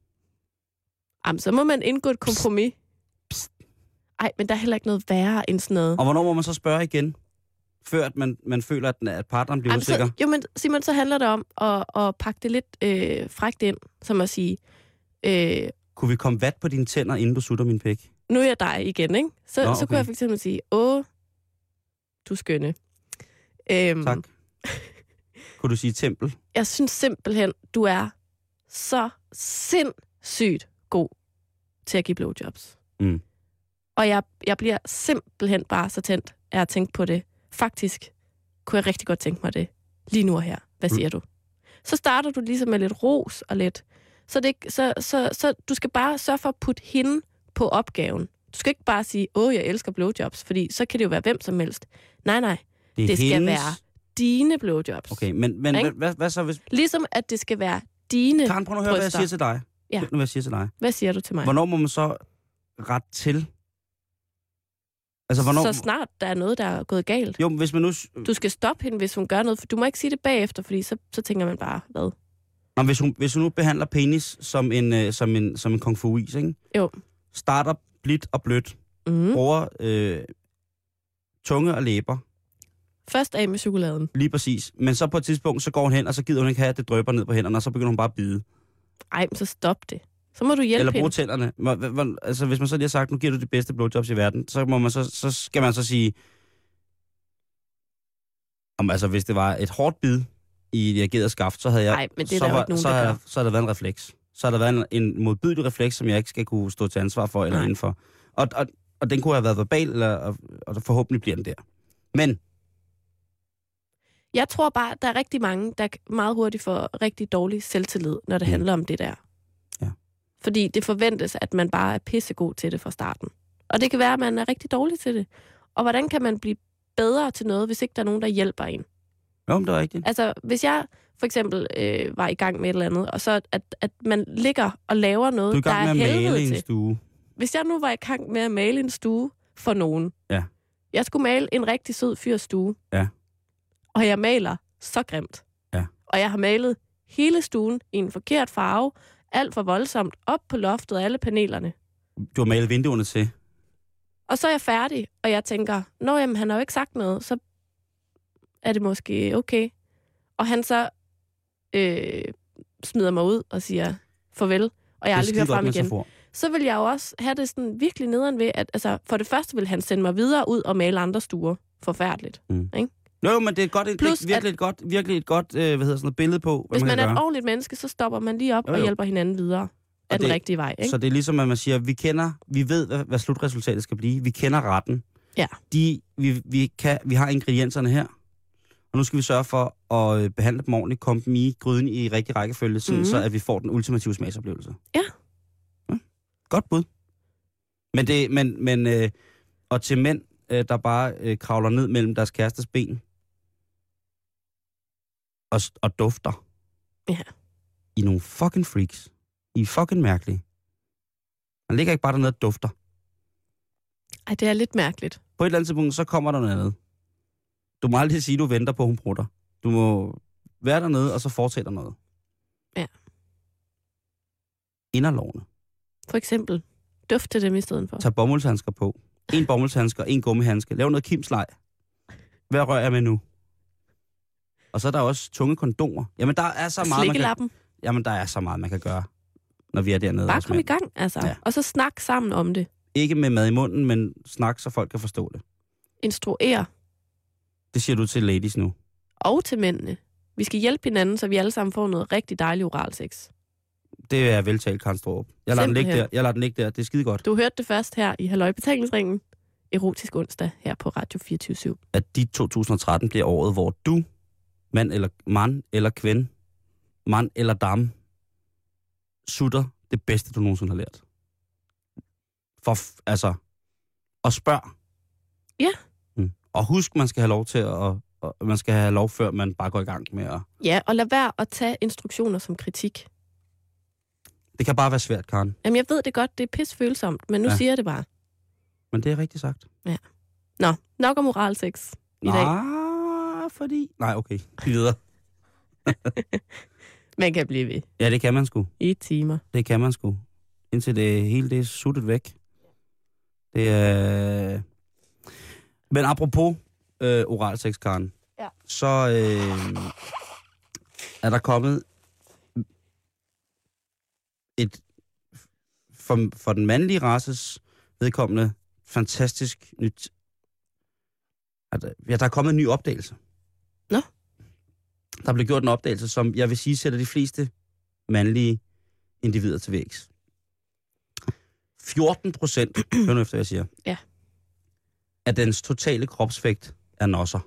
Jamen, så må man indgå et kompromis. Psst. Ej, men der er heller ikke noget værre end sådan noget. Og hvornår må man så spørge igen? Før at man, man føler, at, den- at partneren bliver Ej, usikker? så, jo, men Simon, så handler det om at, at pakke det lidt øh, frækt ind, som at sige, øh, Kunne vi komme vat på dine tænder, inden du sutter min pæk? nu er jeg dig igen, ikke? Så, Nå, så kunne okay. jeg for eksempel sige, åh, du er skønne. Øhm, Tak. Kunne du sige tempel? Jeg synes simpelthen, du er så sindssygt god til at give blowjobs. Mm. Og jeg, jeg bliver simpelthen bare så tændt af at tænke på det. Faktisk kunne jeg rigtig godt tænke mig det lige nu og her. Hvad siger mm. du? Så starter du ligesom med lidt ros og lidt. Så, det, så, så, så du skal bare sørge for at putte hende på opgaven. Du skal ikke bare sige, åh, jeg elsker blowjobs, fordi så kan det jo være hvem som helst. Nej, nej. Det, det skal hendes... være dine blowjobs. Okay, men, men hvad, hvad, hvad så hvis... Ligesom at det skal være dine Karen, prøv nu at høre, hvad jeg siger til dig. Ja. Nu, hvad jeg siger til dig. Hvad siger du til mig? Hvornår må man så ret til? Altså, hvornår... Så snart der er noget, der er gået galt. Jo, hvis man nu... Du skal stoppe hende, hvis hun gør noget, for du må ikke sige det bagefter, fordi så, så tænker man bare, hvad? Nå, hvis, hun, hvis hun nu behandler penis som en, øh, som en, som en kung fu-is, ikke? Jo. Starter blidt og blødt. Mm. Bruger øh, tunge og læber. Først af med chokoladen. Lige præcis. Men så på et tidspunkt, så går hun hen, og så gider hun ikke have, at det drøber ned på hænderne, og så begynder hun bare at bide. Ej, men så stop det. Så må du hjælpe Eller bruge hende. tænderne. Hvor, hvor, altså, hvis man så lige har sagt, nu giver du de bedste blowjobs i verden, så, må man så, så skal man så sige, om, altså hvis det var et hårdt bid i det agerede skaft, så havde jeg... Nej, men det er så der jo var, ikke nogen, så der havde, gør. så havde der været en refleks. Så havde der været en, en modbydelig refleks, som jeg ikke skal kunne stå til ansvar for eller Nej. indenfor. Og, og, og den kunne have været verbal, eller, og, og forhåbentlig bliver den der. Men... Jeg tror bare, der er rigtig mange, der meget hurtigt får rigtig dårlig selvtillid, når det Mm. handler om det der. Ja. Fordi det forventes, at man bare er pissegod til det fra starten. Og det kan være, at man er rigtig dårlig til det. Og hvordan kan man blive bedre til noget, hvis ikke der er nogen, der hjælper en? Jo, det er rigtigt. Altså, hvis jeg for eksempel øh, var i gang med et eller andet, og så at, at man ligger og laver noget, Du er i der gang er med at helvede male en til. stue. Hvis jeg nu var i gang med at male en stue for nogen. Ja. Jeg skulle male en rigtig sød fyrs stue. Ja. Og jeg maler så grimt. Ja. Og jeg har malet hele stuen i en forkert farve, alt for voldsomt, op på loftet og alle panelerne. Du har malet vinduerne til. Og så er jeg færdig, og jeg tænker, nå jamen, han har jo ikke sagt noget, så er det måske okay. Og han så øh, smider mig ud og siger farvel, og jeg aldrig hører fra ham igen. Metafor. Så vil jeg jo også have det sådan virkelig nederen ved, at altså, for det første vil han sende mig videre ud og male andre stuer. Forfærdeligt. Mm. Ikke? Jo, men det er et godt, Plus, det er virkelig, at, et godt, virkelig et godt øh, hvad hedder sådan noget, billede på, hvad hvis man, man, kan man er gøre. et ordentligt menneske, så stopper man lige op Jo, og jo. hjælper hinanden videre af den det, rigtige vej. Ikke? Så det er ligesom, at man siger, vi kender, vi ved, hvad, hvad slutresultatet skal blive. Vi kender retten. Ja. De, vi, vi, kan, vi har ingredienserne her, og nu skal vi sørge for at øh, behandle dem ordentligt, komme dem i gryden i rigtig rækkefølge, sådan, Mhm. så at vi får den ultimative smagsoplevelse. Ja. ja. Godt bud. Men det, men, men øh, og til mænd, øh, der bare øh, kravler ned mellem deres kærestes ben, og, og dufter. Ja. I nogle fucking freaks. I er fucking mærkelige. Man ligger ikke bare dernede og dufter. Ej, det er lidt mærkeligt. På et eller andet tidspunkt, så kommer der noget andet. Du må aldrig sige, at du venter på, at hun prutter. Du må være dernede, og så fortsætter noget. Ja. Inderlovene. For eksempel, dufte dem i stedet for. Tag bomuldshandsker på. En bomuldshandsker, en gummihandske. Lav noget kimsleg. Hvad rører jeg med nu? Og så er der også tunge kondomer. Jamen, der er så meget, man kan... Jamen, der er så meget, man kan gøre, når vi er dernede. Bare kom i gang, altså. Ja. Og så snak sammen om det. Ikke med mad i munden, men snak, så folk kan forstå det. Instruere. Det siger du til ladies nu. Og til mændene. Vi skal hjælpe hinanden, så vi alle sammen får noget rigtig dejligt oralsex. Det er veltalt, Karen Straarup. Jeg lader den ligge der. Jeg lader den ligge der. Det er skide godt. Du hørte det først her i Halløj Betalingsringen. Erotisk onsdag her på Radio fireogtyve syv. At de to tusind og tretten bliver året, hvor du, mand eller mand eller kvinde, mand eller dame, sutter det bedste, du nogensinde har lært. For, f- altså, og spørg. Ja. Mm. Og husk, man skal have lov til at, og, og man skal have lov, før man bare går i gang med at... Ja, og lad være at tage instruktioner som kritik. Det kan bare være svært, Karen. Jamen, jeg ved det godt, det er pisfølsomt, men nu Ja. siger jeg det bare. Men det er rigtigt sagt. Nå, nok om oralsex i dag. Nej, fordi... Nej, okay. Vi videre. Man kan blive ved Ja, det kan man sgu. i timer. Det kan man sgu. Indtil det hele det er suttet væk. Det er... Men apropos øh, oralsex, Karen, Ja. så øh, er der kommet et for, for den mandlige races vedkommende fantastisk nyt... At, ja, der er kommet en ny opdagelse. Nå. Der blev gjort en opdagelse, som jeg vil sige sætter de fleste mandlige individer til vægs. fjorten procent, hør nu efter, hvad jeg siger, Ja. af dens totale kropsvægt er nosser.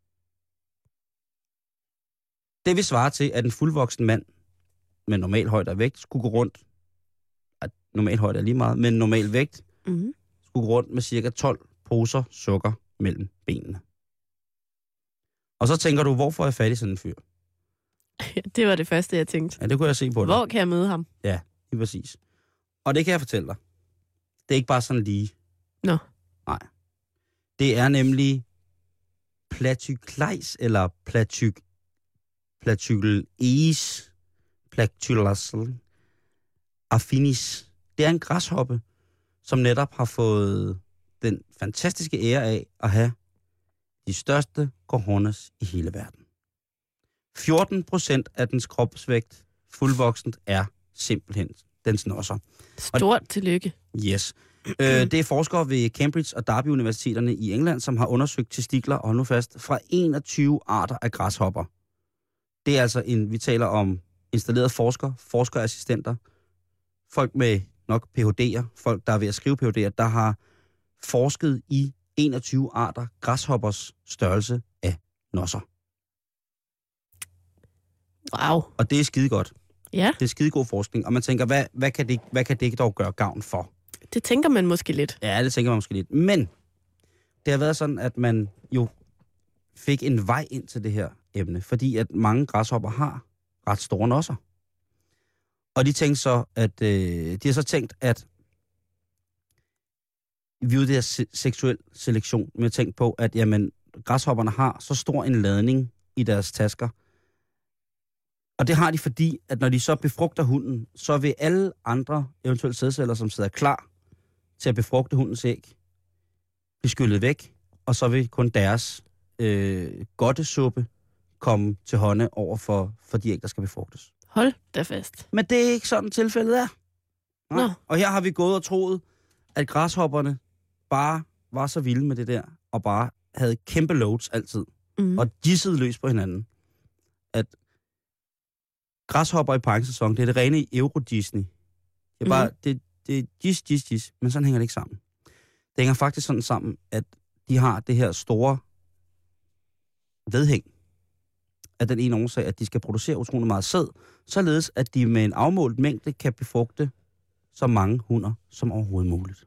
Det vil svare til, at en fuldvoksen mand med normal højde og vægt skulle gå rundt, at normal højde er lige meget, men normal vægt Mm. skulle gå rundt med cirka tolv poser sukker mellem benene. Og så tænker du, hvorfor er jeg fat i sådan en fyr? Det var det første, jeg tænkte. Ja, det kunne jeg se på dig. Hvor kan jeg møde ham? Ja, lige præcis. Og det kan jeg fortælle dig. Det er ikke bare sådan lige. Nå. Nej. Det er nemlig platyklejs, eller platyk, platykeles, platylasel, affinis. Det er en græshoppe, som netop har fået den fantastiske ære af at have de største cojones i hele verden. fjorten procent af dens kropsvægt fuldvoksent er simpelthen dens nosser. Stort tillykke. Yes. Øh, det er forskere ved Cambridge og Derby Universiteterne i England, som har undersøgt testikler, og nu fast, fra enogtyve arter af græshopper. Det er altså en, vi taler om installerede forskere, forskerassistenter, folk med nok P H D'er, folk der er ved at skrive P H D'er, der har forsket i enogtyve arter græshoppers størrelse af nosser. Wow. Og det er skide godt. Ja, Det er skide god forskning, og man tænker, hvad, hvad, kan det, hvad kan det dog gøre gavn for? det tænker man måske lidt. Ja, det tænker man måske lidt. Men det har været sådan, at man jo fik en vej ind til det her emne, fordi at mange græshopper har ret store nosser. Og de tænkte så, at øh, de har så tænkt, at vi er det her se- seksuel selektion, med at tænke på, at jamen, græshopperne har så stor en ladning i deres tasker. Og det har de, fordi at når de så befrugter hunden, så vil alle andre eventuelle sædceller, som sidder klar til at befrugte hundens æg, blive skyllet væk, og så vil kun deres øh, godtesuppe komme til hånde over for, for de æg, der skal befrugtes. Hold da fast. Men det er ikke sådan tilfældet er. Nej. Nå. Og her har vi gået og troet, at græshopperne bare var så vilde med det der, og bare havde kæmpe loads altid, Mm. og dissede løs på hinanden. At græshopper i parringssæson, det er det rene Euro-Disney. Det er bare, mm. det, det er dis, dis, dis, men sådan hænger det ikke sammen. Det hænger faktisk sådan sammen, at de har det her store vedhæng af den ene årsag, at de skal producere utrolig meget sæd, således at de med en afmålt mængde kan befrugte så mange hunder som overhovedet muligt.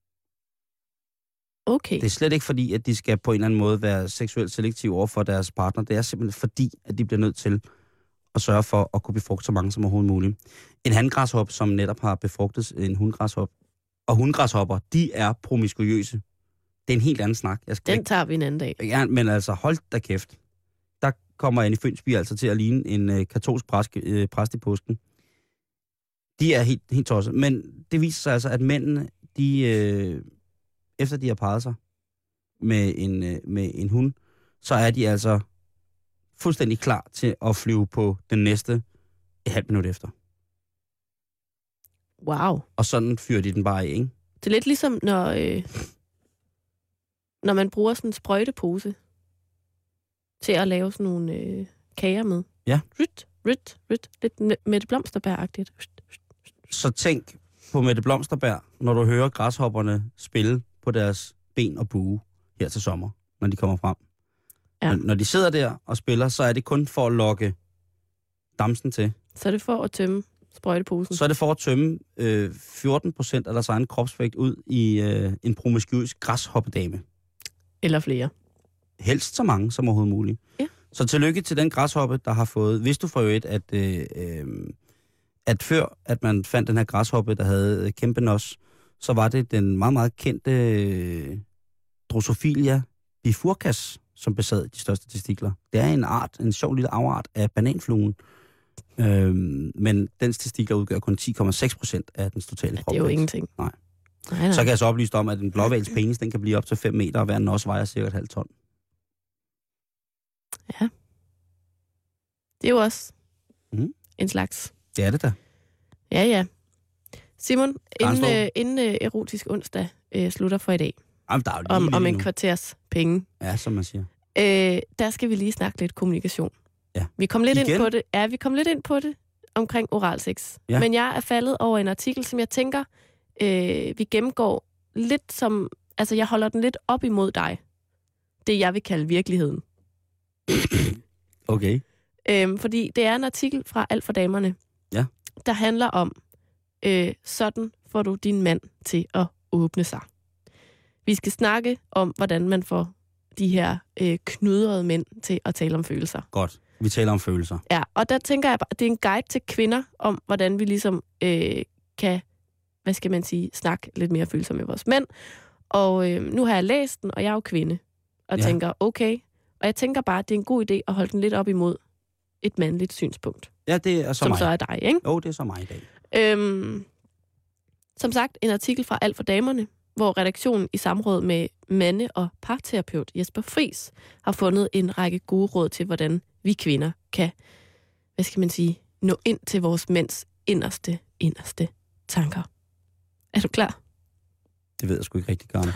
Okay. Det er slet ikke fordi, at de skal på en eller anden måde være seksuelt selektive over for deres partner. Det er simpelthen fordi, at de bliver nødt til at sørge for at kunne befrugte så mange som overhovedet muligt. En handgræshop, som netop har befrugtet en hundgræshop, og hundgræshopper, de er promiskuøse. Det er en helt anden snak. Jeg skal Den ikke... tager vi en anden dag. Ja, men altså, hold da kæft. Der kommer Annie Fønsby altså til at ligne en øh, katolsk præst, øh, præst i påsken. De er helt, helt tosset. Men det viser sig altså, at mændene, de, øh, efter de har parret sig med en, øh, med en hund, så er de altså fuldstændig klar til at flyve på den næste et halvt minut efter. Wow. Og sådan fyrer de den bare af, ikke? Det er lidt ligesom, når, øh, når man bruger sådan en sprøjtepose til at lave sådan nogle øh, kager med. Ja. Ryt, ryt, ryt. Lidt Mette Blomsterberg-agtigt. Så tænk på Mette Blomsterberg, når du hører græshopperne spille på deres ben og bue her til sommer, når de kommer frem. Ja. Når de sidder der og spiller, så er det kun for at lokke damsen til. Så er det for at tømme sprøjteposen. Så er det for at tømme øh, fjorten procent af deres egen kropsvægt ud i øh, en promiskuøs græshoppedame. Eller flere. Helst så mange som overhovedet muligt. Ja. Så tillykke til den græshoppe, der har fået... Vidste du for øvrigt, at, øh, øh, at før at man fandt den her græshoppe, der havde kæmpe nos, så var det den meget, meget kendte øh, Drosophila bifurcas, som besad de største testikler. Det er en art, en sjov lille afart af bananfluen. Øhm, men dens testikler udgør kun ti komma seks procent af dens totale Ja, det er jo ingenting. Nej. Nej, nej. Så kan jeg så oplyse dig om, at en blåhvals penis, den kan blive op til fem meter, og hver den også vejer cirka et halvt ton. Ja. Det er jo også mm. en slags. Det er det da. Ja, ja. Simon, inden, stor. øh, inden øh, erotisk onsdag øh, slutter for i dag, Jamen, der er jo lige om, lidt om en endnu. kvarters penge, Ja, som man siger. øh, der skal vi lige snakke lidt kommunikation. Ja. Vi kom lidt Igen? ind på det. Ja, vi kom lidt ind på det omkring oralsex. Ja. Men jeg er faldet over en artikel, som jeg tænker, øh, vi gennemgår lidt som... Altså, jeg holder den lidt op imod dig. Det, jeg vil kalde virkeligheden. Okay. Øhm, fordi det er en artikel fra Alt for damerne, ja. der handler om, øh, sådan får du din mand til at åbne sig. Vi skal snakke om, hvordan man får de her øh, knudrede mænd til at tale om følelser. Godt. Vi taler om følelser. Ja, og der tænker jeg, at det er en guide til kvinder om, hvordan vi ligesom øh, kan, hvad skal man sige, snakke lidt mere følelser med vores mænd. Og øh, nu har jeg læst den, og jeg er jo kvinde, og ja. tænker, okay. Og jeg tænker bare, at det er en god idé at holde den lidt op imod et mandligt synspunkt. Ja, det er så som mig. så er dig, ikke? Jo, det er så mig i dag. Øhm, som sagt, en artikel fra Alt for damerne, hvor redaktionen i samråd med mande- og parterapeut Jesper Friis har fundet en række gode råd til, hvordan vi kvinder kan, hvad skal man sige, nå ind til vores mænds inderste, inderste tanker. Er du klar? Det ved jeg sgu ikke rigtig gerne.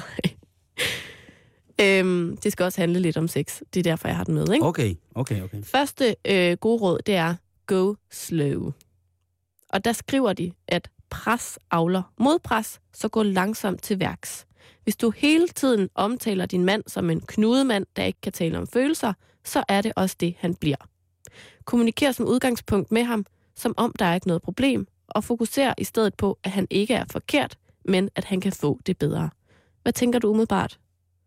øhm, det skal også handle lidt om sex. Det er derfor, jeg har den med, ikke? Okay, okay, okay. Første øh, gode råd, det er go slow. Og der skriver de, at pres avler modpres, så gå langsomt til værks. Hvis du hele tiden omtaler din mand som en knudemand, der ikke kan tale om følelser, så er det også det, han bliver. Kommuniker som udgangspunkt med ham, som om der er ikke noget problem, og fokuser i stedet på, at han ikke er forkert, men at han kan få det bedre. Hvad tænker du umiddelbart?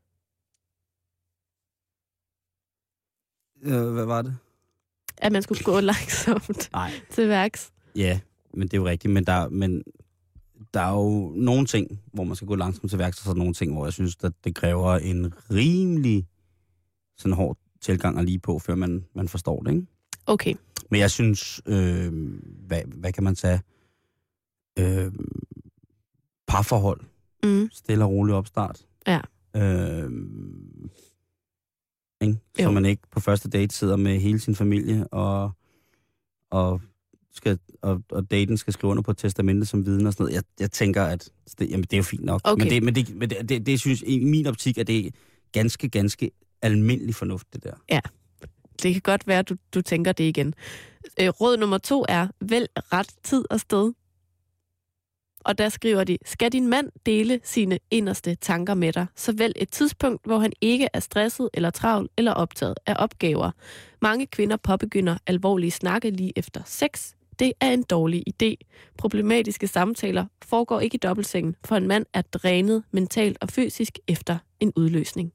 Øh, hvad var det? At man skulle gå langsomt Nej. til værks. Ja, men det er jo rigtigt. Men der, men der er jo nogle ting, hvor man skal gå langsomt til værks, og så er der nogle ting, hvor jeg synes, at det kræver en rimelig sådan hård tilgang at lige på, før man, man forstår det, ikke? Okay. Men jeg synes, øh, hvad, hvad kan man sige? Øh, parforhold. Mm. Stille og rolig opstart. Ja. Øh, ikke? Så Jo. man ikke på første date sidder med hele sin familie, og, og, skal, og, og daten skal skrive under på et testamente som vidne og sådan noget. Jeg, jeg tænker, at det, jamen, det er jo fint nok. Okay. Men, det, men, det, men det, det, det synes i min optik, at det er ganske, ganske almindelig fornuft, det der. Ja. Det kan godt være, at du, du tænker det igen. Øh, råd nummer to er, vælg ret tid og sted. Og der skriver de, skal din mand dele sine inderste tanker med dig, så vælg et tidspunkt, hvor han ikke er stresset eller travl eller optaget af opgaver. Mange kvinder påbegynder alvorlige snakke lige efter sex. Det er en dårlig idé. Problematiske samtaler foregår ikke i dobbeltsengen, for en mand er drænet mentalt og fysisk efter en udløsning.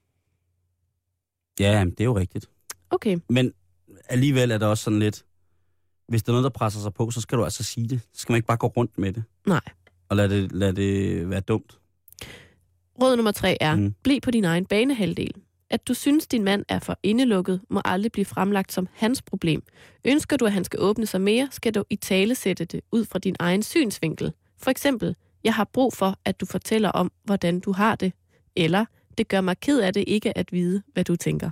Ja, det er jo rigtigt. Okay. Men alligevel er det også sådan lidt, hvis der er noget, der presser sig på, så skal du altså sige det. Så skal man ikke bare gå rundt med det. Nej. Og lad det, lad det være dumt. Råd nummer tre er, Mm. bliv på din egen banehalvdel. At du synes, din mand er for indelukket, må aldrig blive fremlagt som hans problem. Ønsker du, at han skal åbne sig mere, skal du i tale sætte det ud fra din egen synsvinkel. For eksempel, jeg har brug for, at du fortæller om, hvordan du har det. Eller, det gør mig ked af det ikke at vide, hvad du tænker.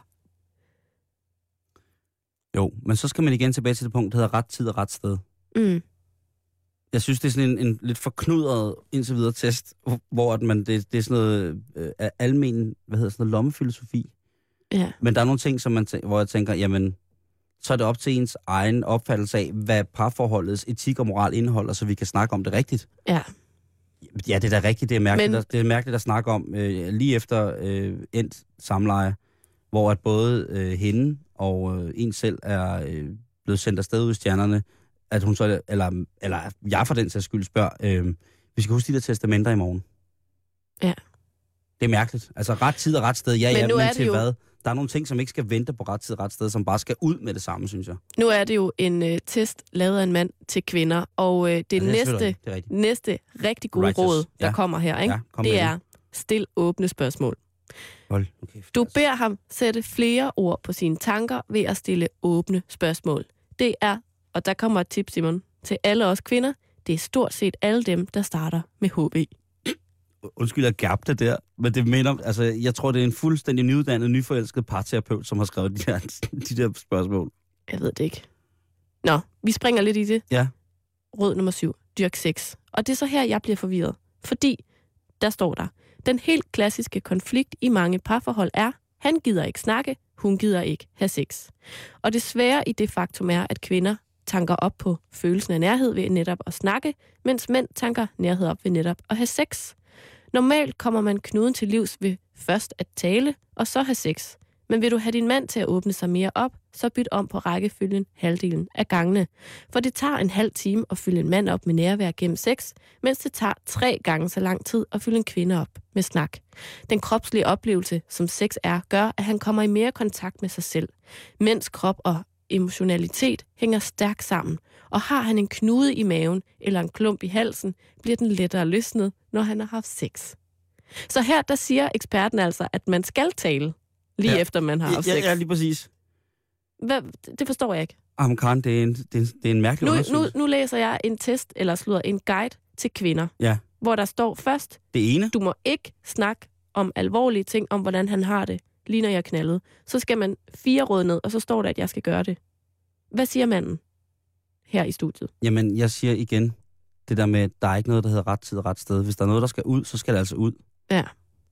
Jo, men så skal man igen tilbage til det punkt, der hedder ret tid og ret sted. Mm. Jeg synes, det er sådan en, en lidt forknudret indtil videre test, hvor at man, det, det er sådan noget øh, almen, hvad hedder sådan noget, lommefilosofi. Ja. Men der er nogle ting, som man tæ- hvor jeg tænker, jamen, så er det op til ens egen opfattelse af, hvad parforholdets etik og moral indeholder, så vi kan snakke om det rigtigt. Ja. Ja, det er da rigtigt. Det er mærkeligt, Men... at, det er mærkeligt at snakke om øh, lige efter øh, endt samleje, hvor at både øh, hende og øh, en selv er øh, blevet sendt afsted ud i stjernerne, at hun så, eller, eller jeg for den sags skyld spørger, øh, vi skal huske de der testamenter i morgen. Ja. Det er mærkeligt. Altså ret tid og ret sted, ja, men ja, nu men er til jo... hvad? Der er nogle ting, som ikke skal vente på ret tid og ret sted, som bare skal ud med det samme, synes jeg. Nu er det jo en øh, test lavet af en mand til kvinder, og øh, det, Ja, det er næste, det er næste rigtig gode Righteous. råd, der Ja. kommer her, ikke? Ja, kom det med er stil åbne spørgsmål. Hold, okay, Du beder ham sætte flere ord på sine tanker ved at stille åbne spørgsmål. Det er, og der kommer et tip, Simon, til alle os kvinder, det er stort set alle dem, der starter med H B. Undskyld, jeg gabte det der, men det minder, altså, jeg tror, det er en fuldstændig nyuddannet, nyforelsket parterapeut, som har skrevet de der, de der spørgsmål. Jeg ved det ikke. Nå, vi springer lidt i det. Ja. Råd nummer syv. Dyrk sex. Og det er så her, jeg bliver forvirret. Fordi, der står der, den helt klassiske konflikt i mange parforhold er, han gider ikke snakke, hun gider ikke have sex. Og det svære i det faktum er, at kvinder tanker op på følelsen af nærhed ved netop at snakke, mens mænd tanker nærhed op ved netop at have sex. Normalt kommer man knuden til livs ved først at tale og så have sex. Men vil du have din mand til at åbne sig mere op, så byt om på rækkefølgen halvdelen af gangene. For det tager en halv time at fylde en mand op med nærvær gennem sex, mens det tager tre gange så lang tid at fylde en kvinde op med snak. Den kropslige oplevelse, som sex er, gør, at han kommer i mere kontakt med sig selv. Mænds krop og emotionalitet hænger stærkt sammen, og har han en knude i maven eller en klump i halsen, bliver den lettere løsnet, når han har haft sex. Så her, der siger eksperten altså, at man skal tale, lige ja. efter man har haft sex. Ja, ja, lige præcis. Hvad? Det forstår jeg ikke. Jamen, Karen, det er en, det er en, det er en mærkelig nu, undersøgelse. Nu, nu læser jeg en test, eller slutter en guide til kvinder, ja. hvor der står først, det ene. Du må ikke snakke om alvorlige ting, om hvordan han har det, lige når jeg er knaldet. Så skal man fire råd ned, og så står der, at jeg skal gøre det. Hvad siger manden her i studiet? Jamen, jeg siger igen, det der med, at der er ikke noget, der hedder ret tid og ret sted. Hvis der er noget, der skal ud, så skal det altså ud. Ja.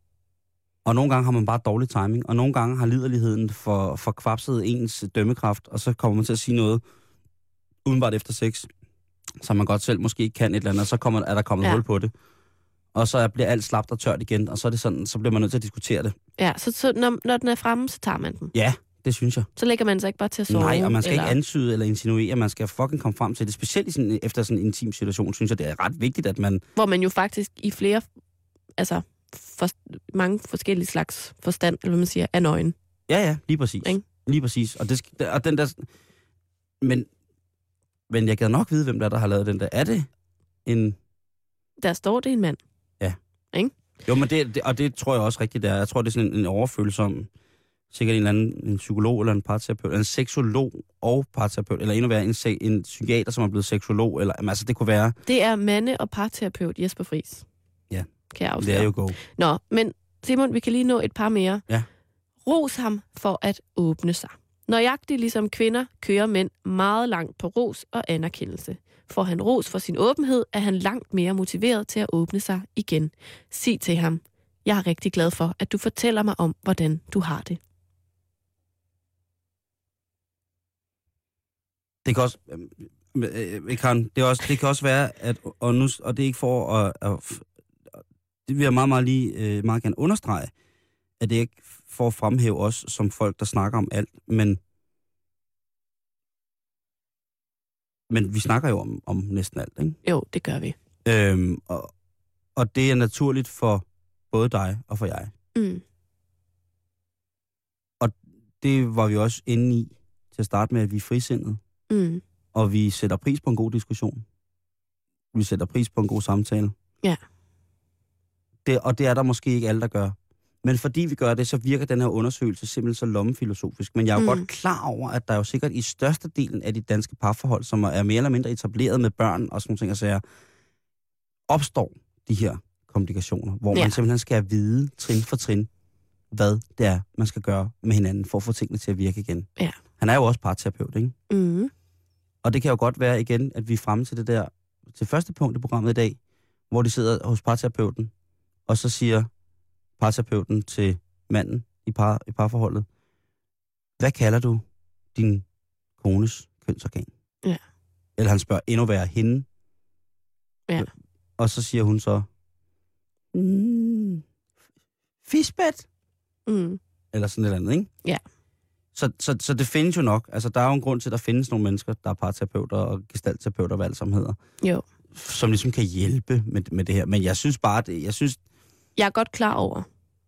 Og nogle gange har man bare dårlig timing, og nogle gange har liderligheden for, for kvapset ens dømmekraft, og så kommer man til at sige noget udenbart efter sex, som man godt selv måske ikke kan et eller andet, og så kommer, er der kommet ja. hul på det. Og så bliver alt slapt og tørt igen, og så er det sådan, så bliver man nødt til at diskutere det. Ja, så, så når, når den er fremme, så tager man den? Ja, det synes jeg. Så lægger man sig ikke bare til at sove? Nej, og man skal eller... ikke antyde eller insinuere, man skal fucking komme frem til det. Specielt i sådan, efter sådan en intim situation, synes jeg, det er ret vigtigt, at man... Hvor man jo faktisk i flere, altså for, mange forskellige slags forstand, eller hvad man siger, er nøgen. Ja, ja, lige præcis. Ikke? Lige præcis. Og, det, og den der... Men, men jeg gad nok vide, hvem der, der har lavet den der. Er det en... Der står det en mand. Ja. Ikke? Jo, men det, det, og det tror jeg også rigtigt, det er. Jeg tror, det er sådan en, en overfølelse om sikkert en eller anden en psykolog eller en parterapeut, eller en seksolog og parterapeut, eller endnu værre en, en psykiater, som er blevet seksolog, eller altså det kunne være... Det er mande- og parterapeut Jesper Friis. Ja, kan jeg afsløre. det er jo go. Nå, men Simon, vi kan lige nå et par mere. Ja. Ros ham for at åbne sig. Nøjagtigt ligesom kvinder kører mænd meget langt på ros og anerkendelse. Får han ros for sin åbenhed, er han langt mere motiveret til at åbne sig igen. Sig til ham, jeg er rigtig glad for, at du fortæller mig om, hvordan du har det. Det kan også, øh, kan, det, er også, det kan også være, at, og, nu, og det er ikke for at, at det vil jeg meget, meget lige øh, meget gerne understrege, at det ikke for at fremhæve os som folk, der snakker om alt, men men vi snakker jo om, om næsten alt, ikke? Jo, det gør vi. Øhm, og, og det er naturligt for både dig og for jeg. Mm. Og det var vi også inde i til at starte med, at vi er frisindede. Mm. Og vi sætter pris på en god diskussion. Vi sætter pris på en god samtale. Ja. Det, og det er der måske ikke alle, der gør. Men fordi vi gør det, så virker den her undersøgelse simpelthen så lommefilosofisk. Men jeg er jo mm. godt klar over, at der jo sikkert i størstedelen af de danske parforhold, som er mere eller mindre etableret med børn og sådan nogle ting, og sager, opstår de her komplikationer, hvor ja. man simpelthen skal vide trin for trin, hvad det er, man skal gøre med hinanden, for at få tingene til at virke igen. Ja. Han er jo også parterapeut, ikke? Mm. Og det kan jo godt være igen, at vi er fremme til det der, til første punkt i programmet i dag, hvor de sidder hos parterapeuten, og så siger parterapeuten til manden i, par, i parforholdet, hvad kalder du din kones kønsorgan? Ja. Eller han spørger endnu værre hende. Ja. Og så siger hun så, mm, fiskbæt. Mm. Eller sådan et eller andet, ikke? Ja. Så, så, så det findes jo nok. Altså, der er jo en grund til, at der findes nogle mennesker, der er parterapeuter og gestaltterapeuter, hvad alt sammen hedder. Jo. Som ligesom kan hjælpe med, med det her. Men jeg synes bare, det, jeg synes... Jeg er godt klar over,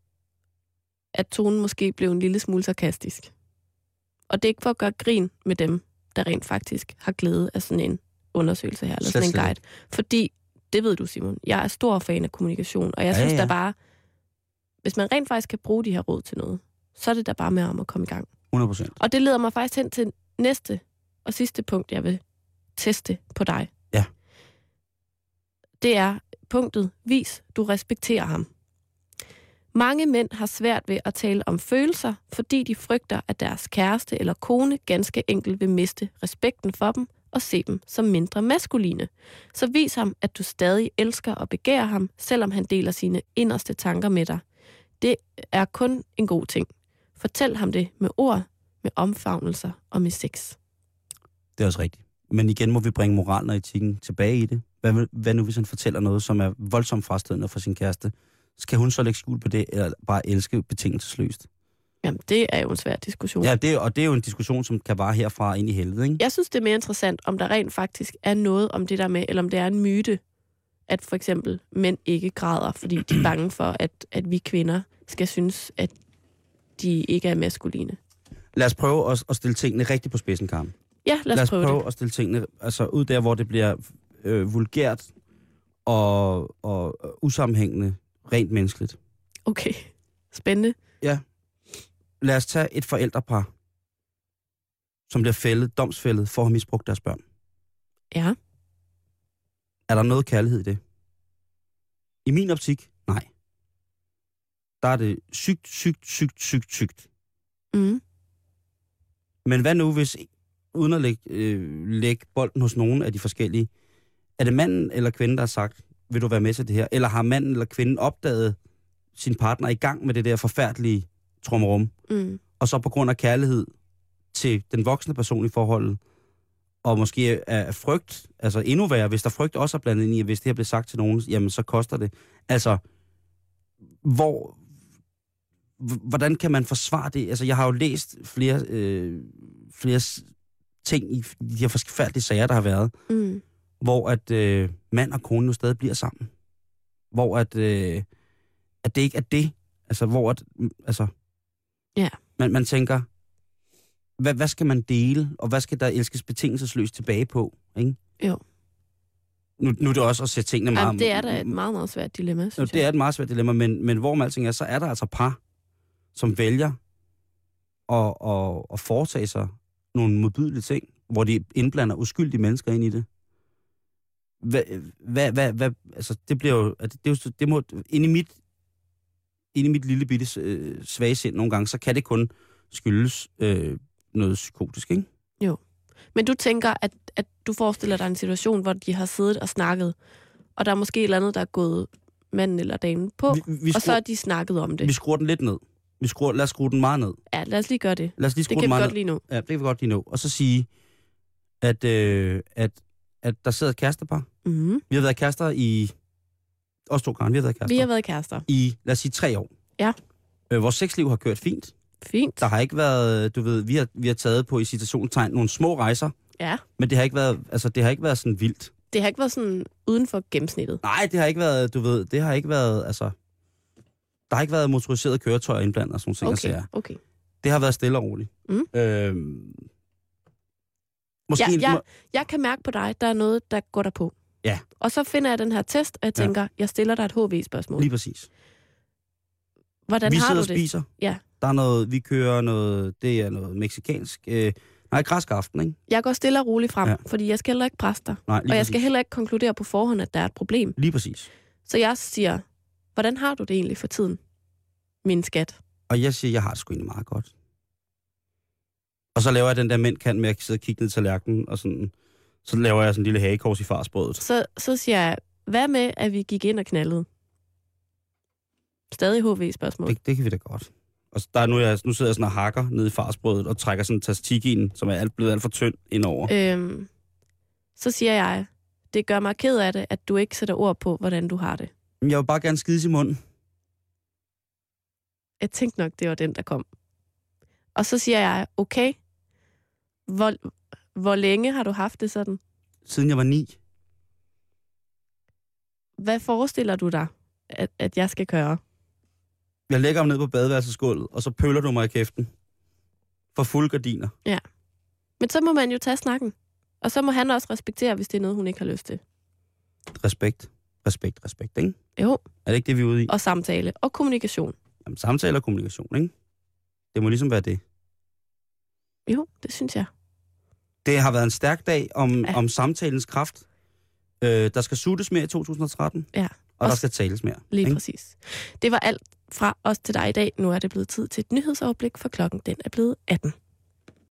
at tonen måske blev en lille smule sarkastisk. Og det er ikke for at gøre grin med dem, der rent faktisk har glæde af sådan en undersøgelse her, eller sådan en guide. Fordi, det ved du, Simon, jeg er stor fan af kommunikation, og jeg ja, synes ja. da bare, hvis man rent faktisk kan bruge de her råd til noget, så er det da bare med om at komme i gang. hundrede procent. Og det leder mig faktisk hen til næste og sidste punkt, jeg vil teste på dig. Ja. Det er punktet, vis, du respekterer ham. Mange mænd har svært ved at tale om følelser, fordi de frygter, at deres kæreste eller kone ganske enkelt vil miste respekten for dem og se dem som mindre maskuline. Så vis ham, at du stadig elsker og begærer ham, selvom han deler sine inderste tanker med dig. Det er kun en god ting. Fortæl ham det med ord, med omfavnelser og med sex. Det er også rigtigt. Men igen må vi bringe moralen og etikken tilbage i det. Hvad, hvad nu, hvis han fortæller noget, som er voldsomt frastødende for sin kæreste? Skal hun så lægge skjul på det, eller bare elske betingelsesløst? Jamen, det er jo en svær diskussion. Ja, det, og det er jo en diskussion, som kan vare herfra ind i helvede, ikke? Jeg synes, det er mere interessant, om der rent faktisk er noget om det der med, eller om det er en myte, at for eksempel mænd ikke græder, fordi de er bange for, at, at vi kvinder skal synes, at de ikke er maskuline. Lad os prøve at, at stille tingene rigtigt på spidsen, Karen. Ja, lad os, lad os prøve, prøve det. at stille tingene altså ud der, hvor det bliver øh, vulgært og, og usammenhængende, rent menneskeligt. Okay, spændende. Ja. Lad os tage et forældrepar, som bliver fældet, domsfældet for at have misbrugt deres børn. Ja. Er der noget kærlighed i det? I min optik, nej. Der er det sygt, sygt, sygt, sygt, sygt. Mm. Men hvad nu, hvis, uden at lægge, øh, lægge bolden hos nogen af de forskellige, er det manden eller kvinden, der har sagt, vil du være med til det her? Eller har manden eller kvinden opdaget sin partner i gang med det der forfærdelige trummerum, Mm. og så på grund af kærlighed til den voksne person i forholdet, og måske af frygt, altså endnu værre, hvis der frygt også er blandet ind i, at hvis det her bliver sagt til nogen, jamen så koster det. Altså, hvor, hvordan kan man forsvare det? Altså, jeg har jo læst flere, øh, flere ting i de her forfærdelige sager, der har været, Mm. hvor at øh, mand og kone jo stadig bliver sammen. Hvor at, øh, at det ikke er det. Altså, hvor at, altså, ja. man, man tænker, hvad, hvad skal man dele, og hvad skal der elskes betingelsesløst tilbage på, ikke? Jo. Nu, nu er det også at sætte tingene meget... Jamen, det er da et meget, meget svært dilemma, synes jo, det er et meget svært dilemma, men, men hvor man alting er, så er der altså par, som vælger at, at, at foretage sig nogle modbydelige ting, hvor de indblander uskyldige mennesker ind i det. Hvad, hvad, hvad, hvad altså, det bliver jo... Det, det, er jo, det må... Inde i mit, inde i mit lille bitte øh, svagsind nogle gange, så kan det kun skyldes øh, noget psykotisk, ikke? Jo. Men du tænker, at, at du forestiller dig en situation, hvor de har siddet og snakket, og der er måske et eller andet, der er gået manden eller damen på, vi, vi skruer, og så er de snakket om det. Vi skruer den lidt ned. Vi skruer, lad os skrue den meget ned. Ja, lad os lige gøre det. Lad os lige skrue det kan den meget vi godt ned. lige nu. Ja, det kan vi godt lige nu. Og så sige, at, øh, at, at der sidder et kærestepar. Mm-hmm. Vi har været kærester i... Os to, Karen, vi har været kærester. Vi har været kærester. I, lad os sige, tre år. Ja. Øh, vores sexliv har kørt fint. Fint. Der har ikke været, du ved, vi har, vi har taget på i citationstegn nogle små rejser. Ja. Men det har ikke været, altså det har ikke været sådan vildt. Det har ikke været sådan uden for gennemsnittet. Nej, det har ikke været, du ved, det har ikke været, altså... Der har ikke været motoriseret køretøjer indblandet og sådan nogle ting. Okay, okay. Det har været stille og roligt. Mm. Øhm, måske... Ja, jeg, jeg kan mærke på dig, der er noget, der går der på. Ja. Og så finder jeg den her test, og jeg tænker, ja. jeg stiller dig et H V-spørgsmål. Lige præcis. Hvordan vi har sidder du og det? spiser. Ja. Der er noget, vi kører noget, det er noget mexikansk... Øh, nej, græsk aften, ikke? Jeg går stille og roligt frem, ja. fordi jeg skal heller ikke presse dig. Nej, og jeg præcis. skal heller ikke konkludere på forhånd, at der er et problem. Lige præcis. Så jeg siger, hvordan har du det egentlig for tiden, min skat? Og jeg siger, jeg har det sgu egentlig meget godt. Og så laver jeg den der mænd kan med at sidde og kigge ned til tallerkenen, og sådan, så laver jeg sådan en lille hagekors i farsbrødet. Så, så siger jeg, hvad med, at vi gik ind og knaldede? Stadig H V-spørgsmål. Det, det kan vi da godt. Og der er nu, jeg, nu sidder jeg sådan og hakker ned i farsbrødet, og trækker sådan en tastikien, som er alt, blevet alt for tynd indover. Øhm, så siger jeg, det gør mig ked af det, at du ikke sætter ord på, hvordan du har det. Jeg vil bare gerne skides i munden. Jeg tænkte nok, det var den, der kom. Og så siger jeg, okay, hvor, hvor længe har du haft det sådan? Siden jeg var ni. Hvad forestiller du dig, at, at jeg skal gøre? Jeg lægger ham ned på badeværelsesgulvet, og så pøller du mig i kæften. For fulde gardiner. Ja. Men så må man jo tage snakken. Og så må han også respektere, hvis det er noget, hun ikke har lyst til. Respekt. Respekt, respekt, ikke? Jo. Er det ikke det, vi er ude i? Og samtale. Og kommunikation. Jamen, samtale og kommunikation, ikke? Det må ligesom være det. Jo, det synes jeg. Det har været en stærk dag om, ja. om samtalens kraft. Øh, der skal suttes mere i to tusind og tretten. Ja. Og også, der skal tales mere. Lige ikke? præcis. Det var alt fra os til dig i dag. Nu er det blevet tid til et nyhedsoverblik, for klokken den er blevet atten.